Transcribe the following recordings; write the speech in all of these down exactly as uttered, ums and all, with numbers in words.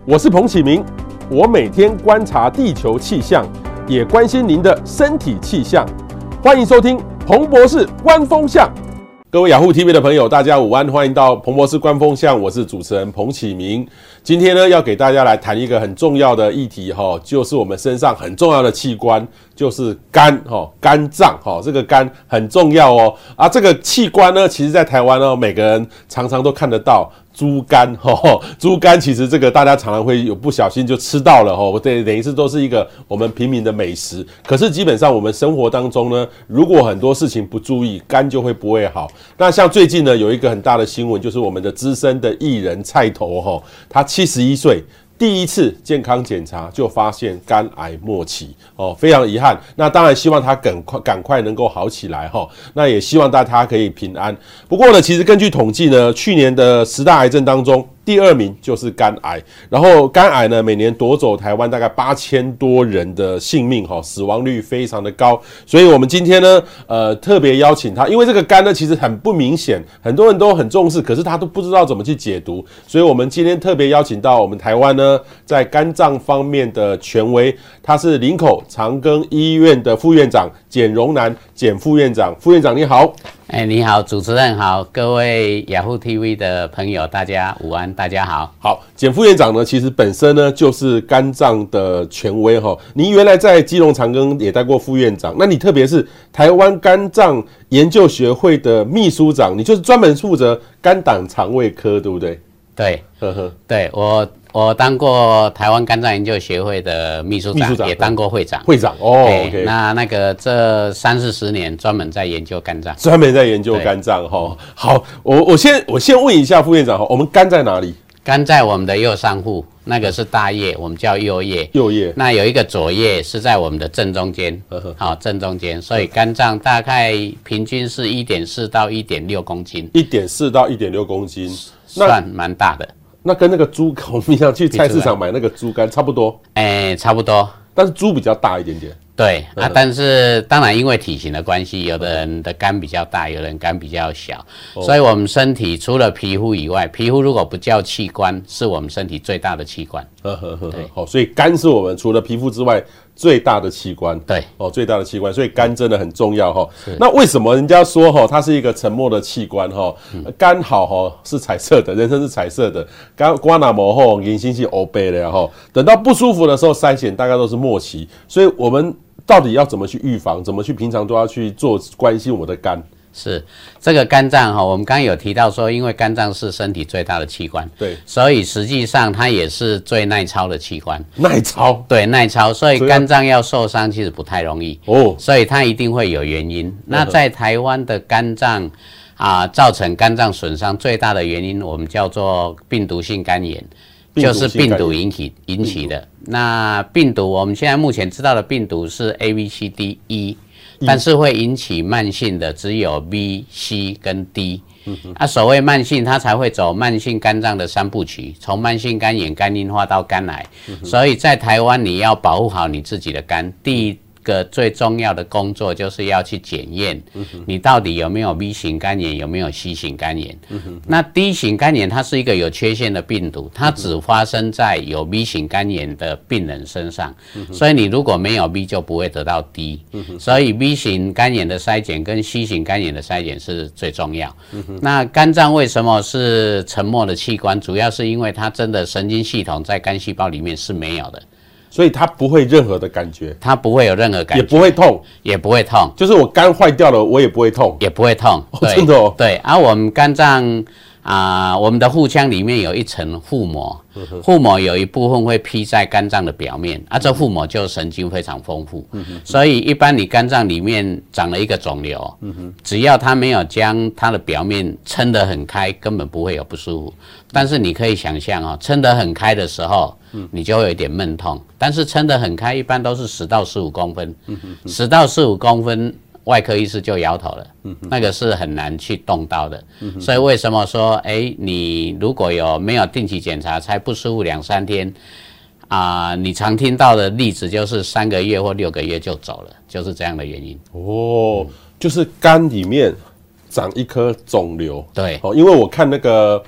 我是彭启明，我每天观察地球气象，也关心您的身体气象。欢迎收听彭博士观风向。各位雅虎 T V 的朋友，大家午安，欢迎到彭博士观风向，我是主持人彭启明。今天呢，要给大家来谈一个很重要的议题，就是我们身上很重要的器官，就是肝，肝脏，这个肝很重要哦。啊，这个器官呢，其实在台湾呢，每个人常常都看得到。猪肝，吼，猪肝其实这个大家常常会有不小心就吃到了，吼，对，等于是都是一个我们平民的美食。可是基本上我们生活当中呢，如果很多事情不注意，肝就会不会好。那像最近呢，有一个很大的新闻，就是我们的资深的艺人菜头，吼，他七十一岁。第一次健康检查就发现肝癌末期哦，非常遗憾。那当然希望他赶快赶快能够好起来哈、哦。那也希望大家可以平安。不过呢，其实根据统计呢，去年的十大癌症当中，第二名就是肝癌。然后肝癌呢，每年夺走台湾大概八千多人的性命哈、哦，死亡率非常的高。所以我们今天呢，呃，特别邀请他，因为这个肝呢其实很不明显，很多人都很重视，可是他都不知道怎么去解读。所以我们今天特别邀请到我们台湾呢。在肝脏方面的权威，他是林口长庚医院的副院长简荣南，简副院长。副院长你好。 哎，你好，主持人好，各位雅虎 T V 的朋友，大家午安，大家好。 好，简副院长呢，其实本身呢就是肝脏的权威哈。您原来在基隆长庚也待过副院长，那你特别是台湾肝脏研究学会的秘书长，你就是专门负责肝胆肠胃科，对不对？ 对，呵呵，对我。我当过台湾肝脏研究协会的秘书 长, 秘书长也当过会长。 会长哦 ，OK。 那那个这三四十年专门在研究肝脏， 专门在研究肝脏哈。好，我我先我先问一下副院长哈，我们肝在哪里？ 肝在我们的右上腹，那个是大叶，我们叫右叶。 右叶。那有一个左叶是在我们的正中间，好，正中间。所以肝脏大概平均是 一点四 到 一点六公斤。 一点四 到 一点六公斤， 算蛮大的。 那跟那个猪，我们想去菜市场买那个猪肝差不多， 哎、欸，差不多， 但是猪比较大一点点。 对啊，但是当然因为体型的关系，有的人的肝比较大，有的人肝比较小，哦、所以我们身体除了皮肤以外，皮肤如果不叫器官，是我们身体最大的器官。 呵呵呵，对，好，所以肝是我们除了皮肤之外最大的器官。 对， 哦，最大的器官，所以肝真的很重要哈。那为什么人家说哈，它是一个沉默的器官哈？肝好哈是彩色的，人生是彩色的，肝瓜那么后银星系欧背的哈，等到不舒服的时候筛选大概都是末期，所以我们到底要怎么去预防？怎么去平常都要去做关心我的肝？ 是这个肝脏哈，我们刚刚有提到说，因为肝脏是身体最大的器官， 对，所以实际上它也是最耐操的器官。 耐操， 对，耐操，所以肝脏要受伤其实不太容易哦，所以它一定会有原因。那在台湾的肝脏啊、呃，造成肝脏损伤最大的原因，我们叫做病毒性肝炎。就是病毒引起引起的。那病毒，我们现在目前知道的病毒是 A B C D E， 但是会引起慢性的只有 B C 跟 D。啊，所谓慢性，它才会走慢性肝脏的三部曲，从慢性肝炎、肝硬化到肝癌。所以在台湾，你要保护好你自己的肝，第一个最重要的工作就是要去检验你到底有没有 B 型肝炎，有没有 C 型肝炎。那 D 型肝炎它是一个有缺陷的病毒，它只发生在有 B 型肝炎的病人身上，所以你如果没有 B 就不会得到 D。所以 B 型肝炎的筛检跟 C 型肝炎的筛检是最重要。那肝脏为什么是沉默的器官？主要是因为它真的神经系统在肝细胞里面是没有的。 所以它不会任何的感觉， 它不会有任何感觉， 也不会痛， 也不会痛， 就是我肝坏掉了，我也不会痛， 也不会痛， 哦、真的哦。 对，而、啊、我们肝脏啊、呃，我们的腹腔里面有一层腹膜，腹膜有一部分会披在肝脏的表面，啊，这腹膜就神经非常丰富，所以一般你肝脏里面长了一个肿瘤，只要它没有将它的表面撑得很开，根本不会有不舒服。但是你可以想象哦，撑得很开的时候，你就会有一点闷痛。但是撑得很开，一般都是十到十五公分，十到十五公分，外科医师就摇头了，那个是很难去动到的。所以为什么说，哎，你如果有没有定期检查，才不舒服两三天啊、呃？你常听到的例子就是三个月或六个月就走了，就是这样的原因。 哦，就是肝里面长一颗肿瘤。 对， 哦，因为我看那个。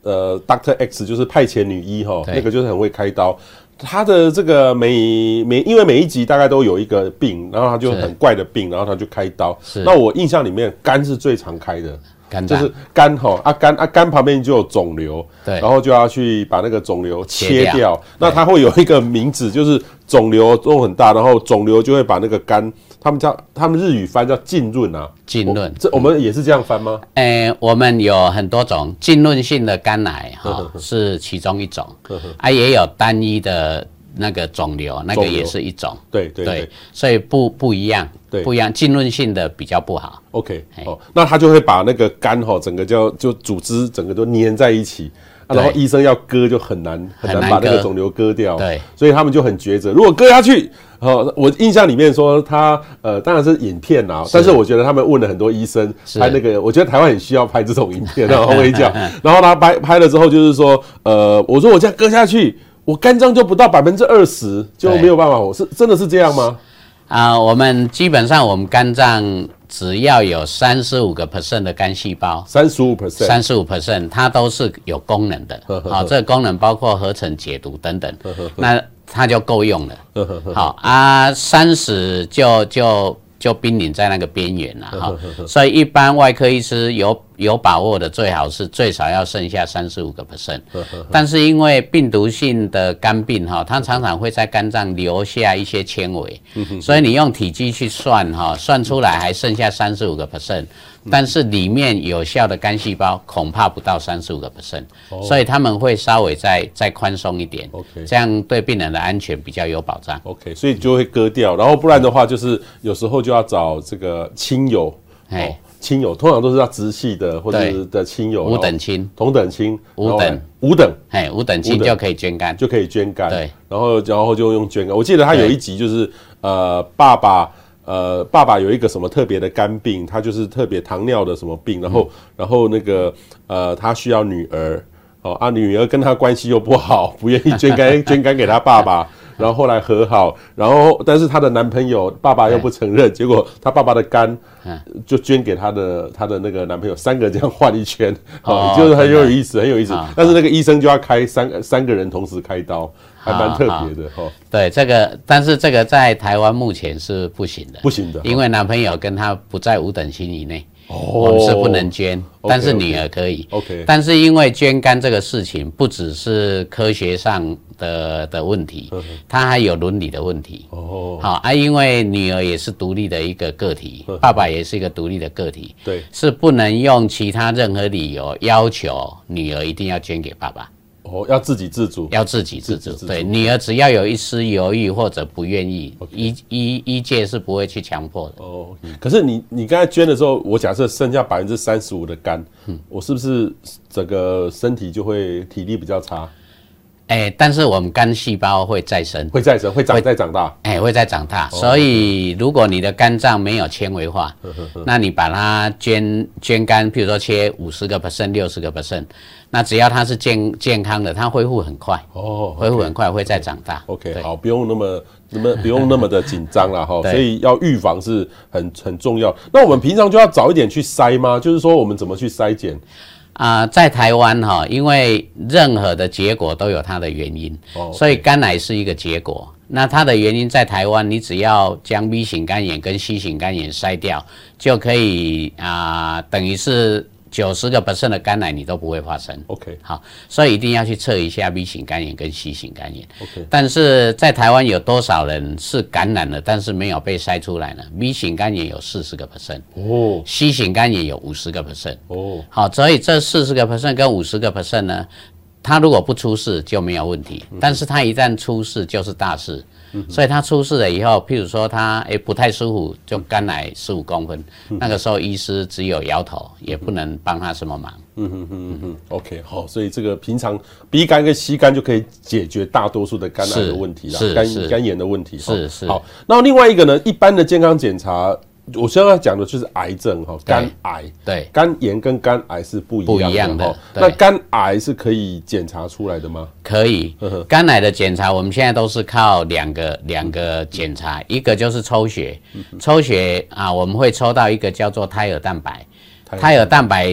呃 Doctor X 就是派遣女医哈，那个就是很会开刀。他的这个每每因为每一集大概都有一个病，然后他就很怪的病，然后他就开刀。那我印象里面肝是最常开的。就是肝哈啊肝啊肝旁边就有肿瘤，对，然后就要去把那个肿瘤切掉。切掉那它会有一个名字，就是肿瘤都很大，然后肿瘤就会把那个肝，他们叫他们日语翻叫浸润啊。 浸润， 这我们也是这样翻吗？ 诶、欸，我们有很多种浸润性的肝癌哈，是其中一种啊，也有单一的。那个肿瘤，那个也是一种， 对对 对, 对，所以不不一样，对，不一样，浸润性的比较不好。 OK， 哦，那他就会把那个肝哈，整个就就组织整个都粘在一起，啊、然后医生要割就很难很难把那个肿瘤割掉，对，所以他们就很抉择，如果割下去，哦，我印象里面说他呃当然是影片啊，但是我觉得他们问了很多医生拍那个，我觉得台湾很需要拍这种影片，然后我跟你讲，然后他拍拍了之后就是说，呃，我说我这样割下去。我肝脏就不到百分之二十，就没有办法。我是真的是这样吗？ 啊、呃，我们基本上我们肝脏只要有三十五个 percent 的肝细胞， 三十五 percent， 三十五 percent， 它都是有功能的。好、哦，这个功能包括合成、解毒等等，那它就够用了。好啊，三十就就就濒临在那个边缘了哈。所以一般外科医师有。有把握的最好是最少要剩下三十五个 percent， 但是因为病毒性的肝病哈，它常常会在肝脏留下一些纤维，所以你用体积去算哈，算出来还剩下三十五个 percent， 但是里面有效的肝细胞恐怕不到三十五个 percent， 所以他们会稍微再再宽松一点， okay. 这样对病人的安全比较有保障。 OK， 所以就会割掉，然后不然的话就是有时候就要找这个亲友。哦亲友通常都是要直系的或者是的亲友， 五等亲、 同等亲、 五等、 五等， 哎，五等亲就可以捐肝， 就可以捐肝。 对， 然后然后就用捐肝。我记得他有一集就是呃，爸爸呃，爸爸有一个什么特别的肝病，他就是特别糖尿的什么病，然后、嗯、然后那个呃，他需要女儿，哦啊，女儿跟他关系又不好，不愿意捐肝捐肝给他爸爸。然后后来和好，然后但是她的男朋友爸爸又不承认，结果她爸爸的肝就捐给她的她的那个男朋友，三个这样换一圈，哦，就是很有意思，很有意思。但是那个医生就要开三三个人同时开刀，还蛮特别的哈。 对这个，但是这个在台湾目前是不行的， 不行的， 因为男朋友跟他不在五等亲以内。哦，我们是不能捐， okay, 但是女儿可以。OK， 但是因为捐肝这个事情，不只是科学上的的问题，它还有伦理的问题。哦，好啊，因为女儿也是独立的一个个体，爸爸也是一个独立的个体，对，是不能用其他任何理由要求女儿一定要捐给爸爸。 哦，要自给自足， 要自给自足。对，女儿只要有一丝犹豫或者不愿意， okay. 医医医界是不会去强迫的。 哦，可是你你刚才捐的时候，我假设剩下百分之三十五的肝，嗯，我是不是整个身体就会体力比较差？ 哎、欸，但是我们肝细胞会再生， 会再生，会长再长大， 哎、欸，会再长大。哦、所以如果你的肝脏没有纤维化，呵呵呵那你把它捐捐肝，譬如说切五十个 percent、六十个 percent， 那只要它是健健康的，它恢复很快，哦， okay, 恢复很快，会再长大。 OK， 好，不用那么那么不用那么的紧张啦哈，所以要预防是很很重要。那我们平常就要早一点去筛吗？就是说我们怎么去筛检？ 啊、呃，在台湾哈，因为任何的结果都有它的原因，哦 okay. 所以肝癌是一个结果。那它的原因在台湾，你只要将 B 型肝炎跟 C 型肝炎筛掉，就可以啊、呃，等于是九十个 percent 的肝癌你都不会发生。 OK， 好，所以一定要去测一下 B 型肝炎跟 C 型肝炎。OK， 但是在台湾有多少人是感染了，但是没有被筛出来呢 ？B 型肝炎有四十个 percent， 哦 ，C 型肝炎有五十个 percent， 哦，好，所以这四十个 percent 跟五十个 percent 呢，它如果不出事就没有问题，嗯、但是它一旦出事就是大事。嗯、所以他出事了以后，譬如说他哎不太舒服，就肝癌十五公分、嗯，那个时候医师只有摇头，也不能帮他什么忙。 嗯哼哼嗯哼 ，OK， 好，所以这个平常 B 肝跟 C 肝就可以解决大多数的肝癌的问题啦，肝肝炎的问题。 是是。 好，那另外一个呢，一般的健康检查。我现在要讲的就是癌症哈，肝癌， 对， 肝炎跟肝癌是不一样的， 不一样的。 那肝癌是可以检查出来的吗？ 可以，肝癌的检查我们现在都是靠两个两个检查，一个就是抽血，抽血啊，我们会抽到一个叫做胎儿蛋白，胎儿蛋白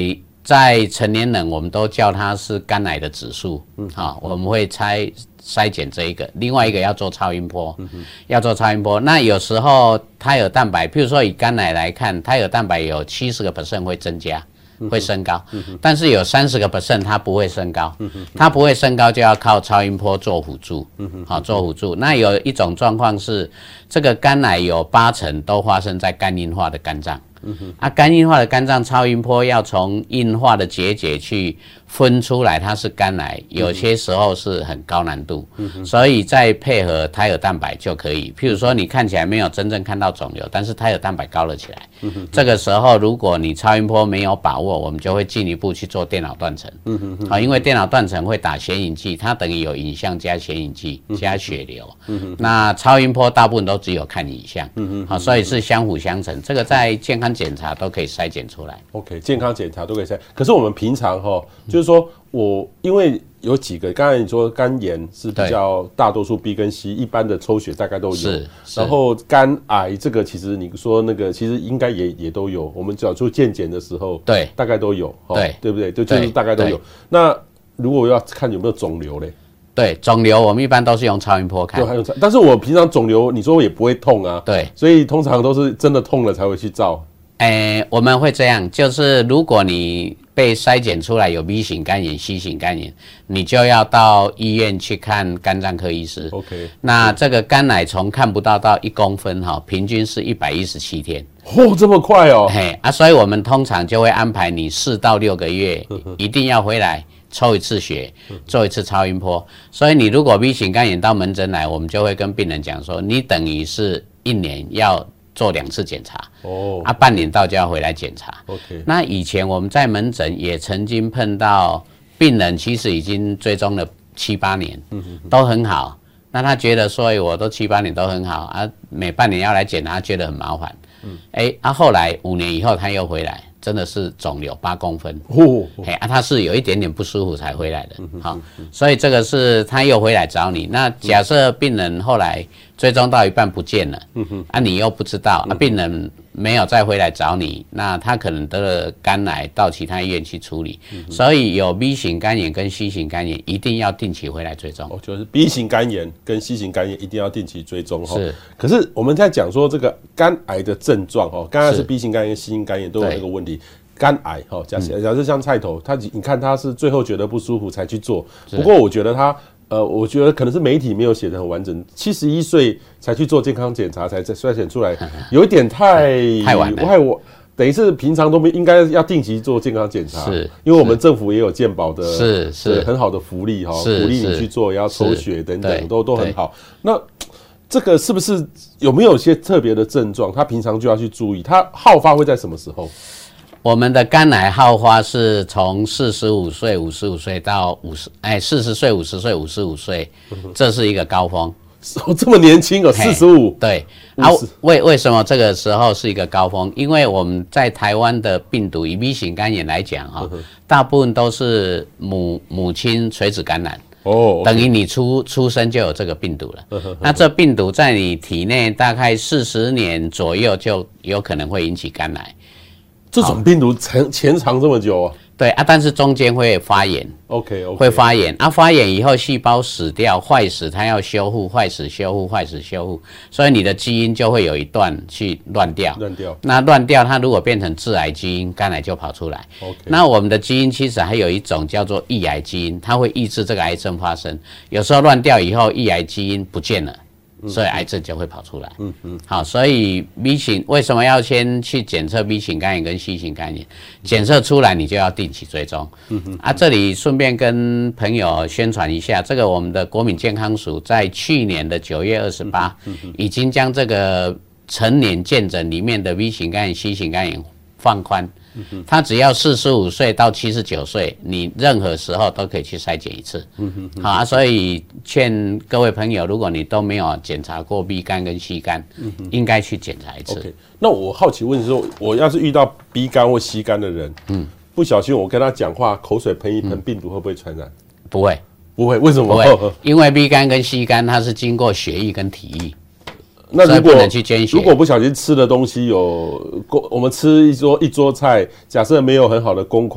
在成年人我们都叫它是肝癌的指数，嗯，好，我们会筛筛检这一个，另外一个要做超音波，嗯、要做超音波。那有时候胎儿蛋白，譬如说以肝癌来看，胎儿蛋白有七十个 percent 会增加。会升高，嗯、但是有三十个 percent 它不会升高，嗯、它不会升高就要靠超音波做辅助，好、嗯、做辅助。那有一种状况是，这个肝癌有八成都发生在肝硬化的肝脏，嗯、啊，肝硬化的肝脏超音波要从硬化的结节去分出来它是肝癌，有些时候是很高难度，嗯、所以再配合胎儿蛋白就可以。譬如说你看起来没有真正看到肿瘤，但是胎儿蛋白高了起来，嗯、这个时候如果你超音波没有把握，我们就会进一步去做电脑断层，嗯、好，因为电脑断层会打显影剂，它等于有影像加显影剂加血流，嗯、那超音波大部分都只有看影像，嗯、好，所以是相辅相成，这个在健康检查都可以筛检出来。 OK， 健康检查都可以筛，可是我们平常哈，就是说我因为有几个，刚才你说肝炎是比较大多数 B 跟 C， 一般的抽血大概都有，是是然后肝癌这个其实你说那个其实应该也也都有，我们只要做健检的时候，对，大概都有，对对不对？就就是大概都有。那如果要看有没有肿瘤嘞？ 对，肿瘤我们一般都是用超音波看， 对，但是我平常肿瘤你说也不会痛啊，对，所以通常都是真的痛了才会去照。 诶，我们会这样，就是如果你被筛检出来有 B 型肝炎、C 型肝炎，你就要到医院去看肝脏科医师。OK， 那这个肝癌从看不到到一公分哈，平均是一百一十七天。 哦，这么快哦！ 嘿啊，所以我们通常就会安排你四到六个月一定要回来抽一次血，做一次超音波。所以你如果 B 型肝炎到门诊来，我们就会跟病人讲说，你等于是一年要做两次检查，哦，啊，半年到就要回来检查。OK， 那以前我们在门诊也曾经碰到病人，其实已经追踪了七八年，嗯哼哼，都很好。那他觉得，所以我都七八年都很好啊，每半年要来检查，觉得很麻烦。嗯，哎、欸，啊，后来五年以后他又回来，真的是肿瘤八公分，哦，哎、啊，他是有一点点不舒服才回来的，好、嗯，所以这个是他又回来找你。那假设病人后来追踪到一半不见了，嗯哼，啊，你又不知道，啊，病人没有再回来找你，那他可能得了肝癌，到其他医院去处理。嗯、所以有 B 型肝炎跟 C 型肝炎一定要定期回来追踪。 哦，就是 B 型肝炎跟 C 型肝炎一定要定期追踪哈。是。可是我们在讲说这个肝癌的症状哈，刚才是 B 型肝炎、C 型肝炎都有这个问题。肝癌哈，假设假设像菜头，他你看他是最后觉得不舒服才去做。不过我觉得他。呃，我觉得可能是媒体没有写得很完整，七十一岁才去做健康检查，才筛选出来，有一点太太晚了。 太晚，等于是平常都没应该要定期做健康检查，是，因为我们政府也有健保的，是是很好的福利哈，鼓励你去做，也要抽血等等，都都很好。那这个是不是有没有一些特别的症状？他平常就要去注意，他好发会在什么时候？ 我们的肝癌好发是从四十五岁、五十五岁到五十，哎，四十岁、五十岁、五十五岁，这是一个高峰。 哦，这么年轻哦，四十五。 对，啊，为为什么这个时候是一个高峰？因为我们在台湾的病毒，以 B 型肝炎来讲哈，大部分都是母母亲垂直感染。哦， okay， 等于你出出生就有这个病毒了。呵呵呵，那这病毒在你体内大概四十年左右就有可能会引起肝癌。 这种病毒潜潜藏这么久啊？ 对啊，但是中间会发炎 ，OK OK， 会发炎啊，发炎以后细胞死掉坏死，它要修复，坏死修复，坏死修复，所以你的基因就会有一段去乱掉， 乱掉。 那乱掉，它如果变成致癌基因，肝癌就跑出来。OK， 那我们的基因其实还有一种叫做抑癌基因，它会抑制这个癌症发生。有时候乱掉以后，抑癌基因不见了。所以癌症就会跑出来。嗯嗯，好，所以 B 型为什么要先去检测 B 型肝炎跟 C 型肝炎？检测出来你就要定期追踪。嗯嗯，啊，这里顺便跟朋友宣传一下，这个我们的国民健康署在去年的九月二十八，已经将这个成年健诊里面的 B 型肝炎、C 型肝炎放宽。他只要四十五岁到七十九岁，你任何时候都可以去筛检一次。嗯好啊，所以劝各位朋友，如果你都没有检查过 B 肝跟 C 肝，嗯、应该去检查一次。 OK， 那我好奇问说，我要是遇到 B 肝或 C 肝的人，嗯，不小心我跟他讲话，口水喷一喷，嗯、病毒会不会传染？ 不会， 不会，为什么？ 不会，因为 B 肝跟 C 肝它是经过血液跟体液。 那如果如果不小心吃的东西有，我们吃一桌一桌菜，假设没有很好的公筷，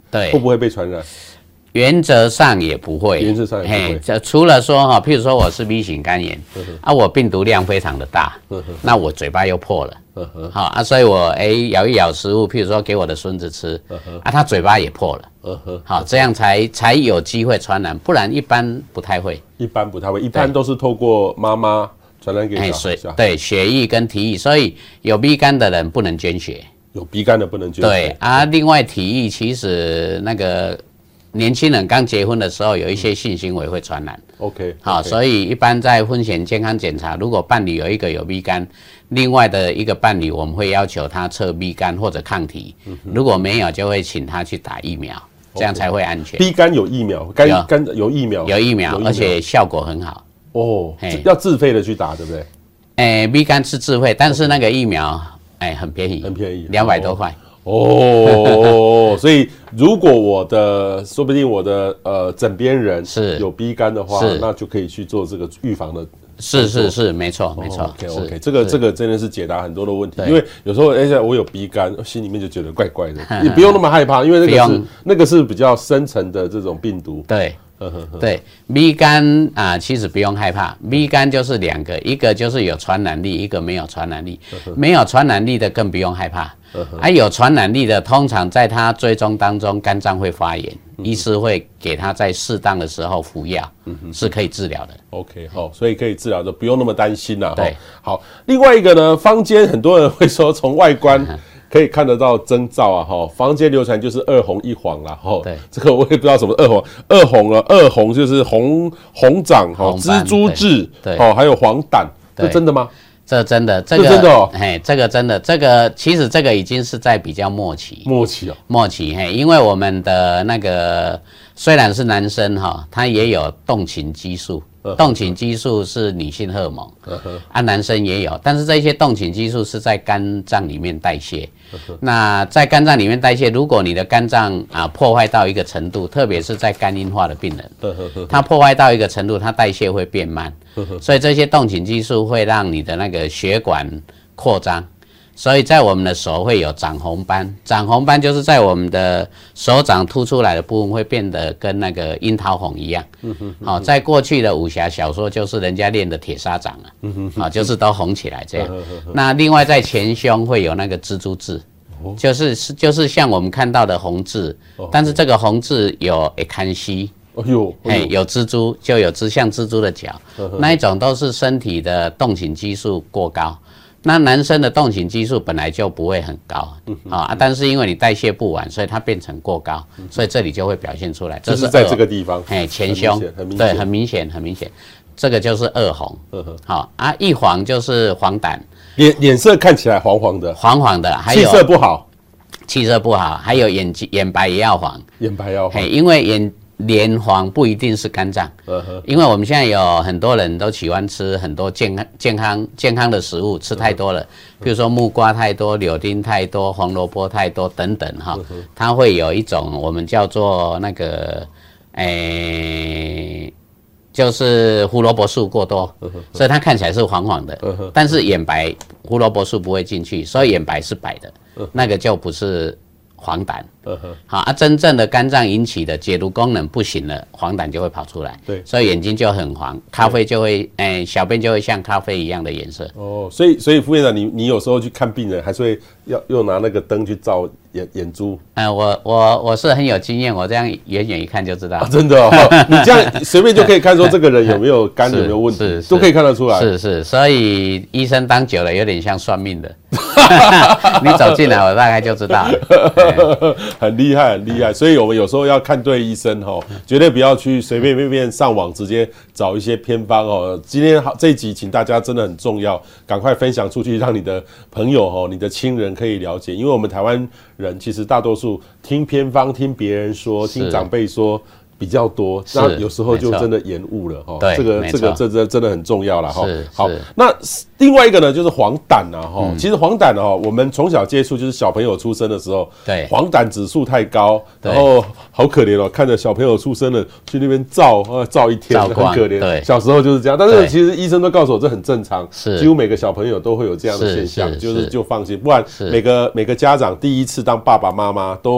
对， 会不会被传染？ 原则上也不会， 原则上也不会。 这除了说哈，譬如说我是 B 型肝炎，啊，我病毒量非常的大，那我嘴巴又破了，好啊，所以我哎咬一咬食物，譬如说给我的孙子吃，啊，他嘴巴也破了，好，这样才才有机会传染，不然一般不太会。 一般不太会，一般都是透过妈妈传染给小孩。 对，血液跟体液，所以有 B 肝的人不能捐血， 有 B 肝的不能捐血。 对啊，另外体液其实那个。年轻人刚结婚的时候，有一些性行为会传染。 OK， 好，所以一般在婚前健康检查，如果伴侣有一个有 B 肝，另外的一个伴侣，我们会要求他测 B 肝或者抗体，如果没有，就会请他去打疫苗，这样才会安全。 B 肝有疫苗，肝肝有疫苗， 有疫苗，而且效果很好。 哦，要自费的去打，对不对？ 哎 ，B 肝是自费，但是那个疫苗，哎，很便宜， 很便宜， 两百多块。 哦，所以如果我的说不定我的呃枕边人是有 B 肝的话，那就可以去做这个预防的。 是是是，没错没错。 OK OK， 这个这个真的是解答很多的问题，因为有时候哎，我有 B 肝，心里面就觉得怪怪的，你不用那么害怕，因为那个是那个是比较深层的这种病毒。 对。对 ，B 肝啊，其实不用害怕。B 肝就是两个，一个就是有传染力，一个没有传染力。没有传染力的更不用害怕。啊，有传染力的，通常在它追踪当中，肝脏会发炎，医师会给他在适当的时候服药，是可以治疗的。 OK， 好，所以可以治疗的，不用那么担心啦。 对， 好，另外一个呢，坊间很多人会说，从外观。可以看得到征兆啊，哈，坊间流传就是二红一黄啦，哈，对，这个我也不知道什么二红，二红了，二红就是红红掌，哈，蜘蛛痣，对，哦，还有黄疸，这真的吗？ 这真的，这个真的哦， 嘿，这个真的，这个其实这个已经是在比较末期， 末期哦， 末期，嘿，因为我们的那个虽然是男生哈，他也有动情激素。动情激素是女性荷尔蒙，啊，男生也有，但是这些动情激素是在肝脏里面代谢。那在肝脏里面代谢，如果你的肝脏啊破坏到一个程度，特别是在肝硬化的病人，它破坏到一个程度，它代谢会变慢，所以这些动情激素会让你的那个血管扩张。所以在我们的手会有长红斑，长红斑就是在我们的手掌凸出来的部分会变得跟那个樱桃红一样。好、哦，在过去的武侠小说就是人家练的铁砂掌啊，啊、哦，就是都红起来这样。那另外在前胸会有那个蜘蛛痣，就是就是像我们看到的红痣，但是这个红痣有会看稀。 哎呦， 哎，有蜘蛛就有只像蜘蛛的脚，那一种都是身体的动情激素过高。那男生的动情激素本来就不会很高、嗯、啊，但是因为你代谢不完，所以它变成过高，嗯、所以这里就会表现出来。 这是在这个地方， 哎，前胸，对，很明显，很明显，这个就是二红。好、啊，一黄就是黄疸， 脸脸色看起来黄黄的， 黄黄的，还有气色不好， 气色不好，还有眼睛眼白也要黄， 眼白要黄， 因为眼。连黄不一定是肝脏，因为我们现在有很多人都喜欢吃很多健康、健康、健康的食物，吃太多了，比如说木瓜太多、柳丁太多、红萝卜太多等等哈，它会有一种我们叫做那个，诶、欸，就是胡萝卜素过多，所以它看起来是黄黄的，但是眼白胡萝卜素不会进去，所以眼白是白的，那个就不是黄疸。好啊，真正的肝脏引起的解毒功能不行了，黄疸就会跑出来，对，所以眼睛就很黄，咖啡就会，哎、欸，小便就会像咖啡一样的颜色。 哦，所以所以副院长，你你有时候去看病人，还是会要又拿那个灯去照眼眼珠？ 嗯、呃，我我我是很有经验，我这样远远一看就知道。 啊、真的哦，你这样随便就可以看说这个人有没有肝有没有问题，都可以看得出来。 是是，所以医生当久了有点像算命的，你走进来我大概就知道了。 很厉害，很厉害，所以我们有时候要看对医生哦，绝对不要去随便便便上网直接找一些偏方哦。今天好这一集，请大家真的很重要，赶快分享出去，让你的朋友哦、你的亲人可以了解，因为我们台湾人其实大多数听偏方、听别人说、听长辈说比较多，那有时候就真的延误了哈。这个这个这这真的很重要了哈。好，那另外一个呢，就是黄疸啊哈、嗯。其实黄疸啊，我们从小接触就是小朋友出生的时候，对，黄疸指数太高，然后好可怜哦，看着小朋友出生了去那边照呃照一天，很可怜。对，小时候就是这样，但是其实医生都告诉我这很正常，是几乎每个小朋友都会有这样的现象，就是就放心，不然每个每个家长第一次当爸爸妈妈都。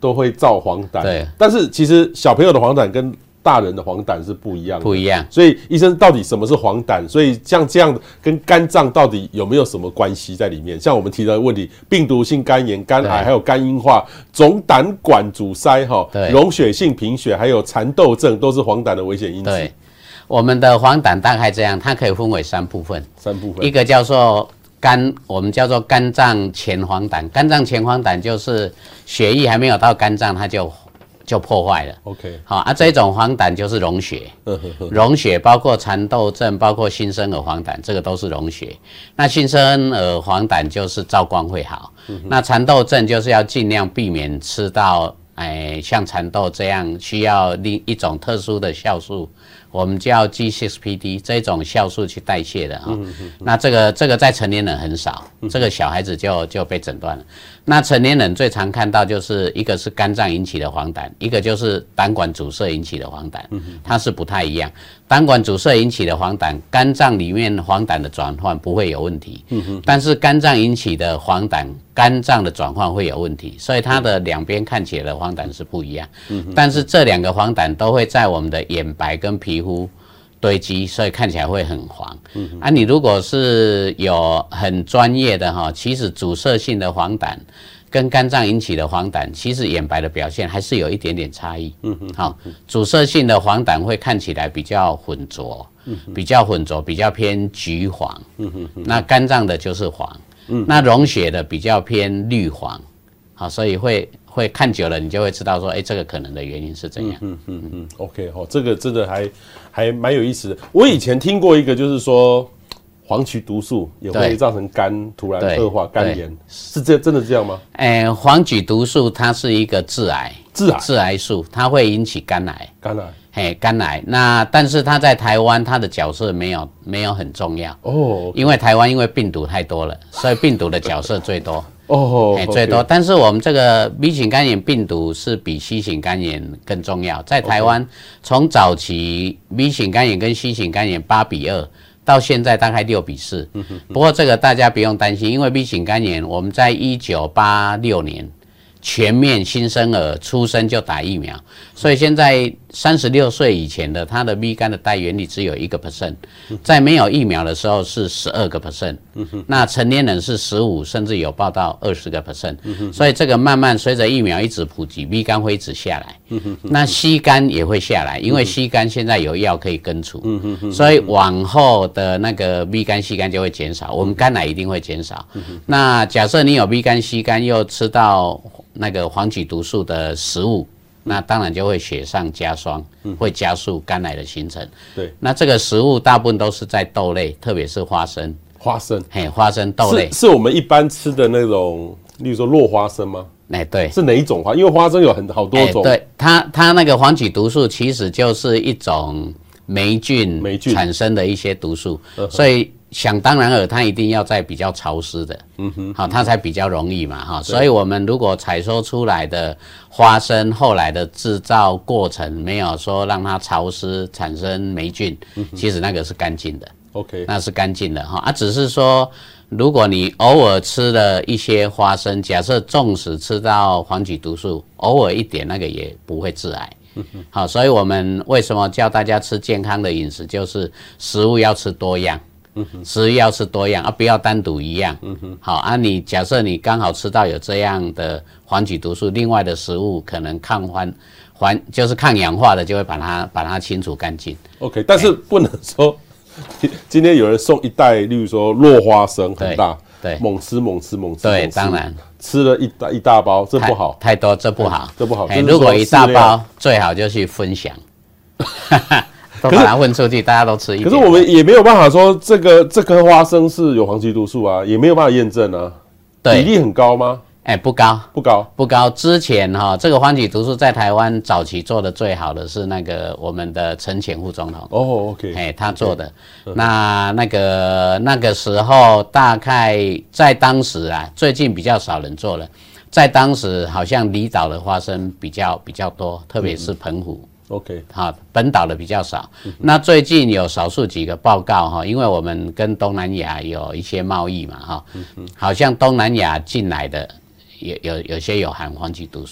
都会造黄疸。 对， 但是其实小朋友的黄疸跟大人的黄疸是不一样的， 不一样。 所以医生到底什么是黄疸？所以像这样跟肝脏到底有没有什么关系在里面？像我们提的问题，病毒性肝炎、肝癌，还有肝硬化、总胆管阻塞、哈、溶血性贫血，还有蚕豆症，都是黄疸的危险因子。 对，我们的黄疸大概这样，它可以分为三部分。 三部分， 一个叫做肝，我们叫做肝脏前黄疸。肝脏前黄疸就是血液还没有到肝脏，它就就破坏了。 OK， 好啊，这种黄疸就是溶血，溶血包括蚕豆症，包括新生儿黄疸，这个都是溶血。那新生儿黄疸就是照光会好，嗯、那蚕豆症就是要尽量避免吃到，哎，像蚕豆这样需要另一种特殊的酵素，我们叫 G 六 P D 这种酵素去代谢的哈、嗯。那这个这个在成年人很少，这个小孩子就就被诊断了。那成年人最常看到就是一个是肝脏引起的黄疸，一个就是胆管阻塞引起的黄疸，它是不太一样。胆管阻塞引起的黄疸，肝脏里面黄疸的转换不会有问题，但是肝脏引起的黄疸，肝脏的转换会有问题，所以它的两边看起来的黄疸是不一样。但是这两个黄疸都会在我们的眼白跟皮肤堆积，所以看起来会很黄。嗯、啊，你如果是有很专业的哈，其实阻塞性的黄疸跟肝脏引起的黄疸，其实眼白的表现还是有一点点差异。嗯哼，好，阻塞性的黄疸会看起来比较浑浊，嗯、比较浑浊，比较偏橘黄。嗯哼，那肝脏的就是黄，嗯、那溶血的比较偏绿黄。好，所以会会看久了，你就会知道说，哎、欸，这个可能的原因是怎样。 嗯嗯嗯 ，OK， 哦，这个真的还还蛮有意思的。我以前听过一个，就是说黄曲毒素也会造成肝突然恶化、肝炎，是这真的这样吗？ 哎、欸，黄曲毒素它是一个致癌， 致癌， 致癌素，它会引起肝癌。 肝癌， 嘿，肝癌。那但是它在台湾，它的角色没有没有很重要哦， okay. 因为台湾因为病毒太多了，所以病毒的角色最多。哦，哎，最多，但是我们这个 B 型肝炎病毒是比 C 型肝炎更重要。在台湾，从早期 B 型肝炎跟 C 型肝炎八比二，到现在大概六比四。不过这个大家不用担心，因为 B 型肝炎我们在一九八六年全面新生儿出生就打疫苗，所以现在三十六岁以前的他的 B 肝的带原率只有一个 percent， 在没有疫苗的时候是十二个 percent， 那成年人是十五，甚至有报到二十个 percent， 所以这个慢慢随着疫苗一直普及 ，B 肝会一直下来，那 C 肝也会下来，因为 C 肝现在有药可以根除，所以往后的那个 B 肝 C 肝就会减少，我们肝癌一定会减少。那假设你有 B 肝 C 肝又吃到那个黄曲毒素的食物，那当然就会雪上加霜，会加速肝癌的形成。对，那这个食物大部分都是在豆类，特别是花生。 花生， 嘿，花生豆类是, 是我们一般吃的那种，例如说落花生吗？ 哎、欸，对， 是哪一种花？因为花生有很好多种。 欸、对，它它那个黄曲毒素其实就是一种霉菌产生的一些毒素，所以想当然尔，它一定要在比较潮湿的，嗯哼，好，它才比较容易嘛，哈。所以我们如果采收出来的花生，后来的制造过程没有说让它潮湿产生霉菌，嗯、其实那个是干净的 ，OK， 那是干净的哈。啊，只是说如果你偶尔吃了一些花生，假设纵使吃到黄曲毒素，偶尔一点那个也不会致癌。好，所以我们为什么叫大家吃健康的饮食，就是食物要吃多样，食物要吃多样啊，不要单独一样。好啊，你假设你刚好吃到有这样的黄曲毒素，另外的食物可能抗环环就是抗氧化的，就会把它把它清除干净。 OK， 但是不能说今天有人送一袋，例如说落花生很大。对，猛吃猛吃猛吃， 对，当然吃了一大一大包，这不好， 太多这不好， 这不好。 欸、如果一大包，最好就去分享，都把它分出去，大家都吃一点。 可是我们也没有办法说这个这颗花生是有黄曲毒素啊，也没有办法验证啊。比例很高吗？ 哎、欸，不高， 不高， 不高。之前哈、哦，这个黄曲毒素在台湾早期做的最好的是那个我们的陈潜副总统。 哦 ，OK， 哎、欸，他做的。Okay. 那那个那个时候，大概在当时啊，最近比较少人做了。在当时，好像离岛的花生比较比较多，特别是澎湖。嗯 OK， 好，本岛的比较少。嗯、那最近有少数几个报告哈，因为我们跟东南亚有一些贸易嘛哈，嗯、好像东南亚进来的有有有些有含黄曲毒素。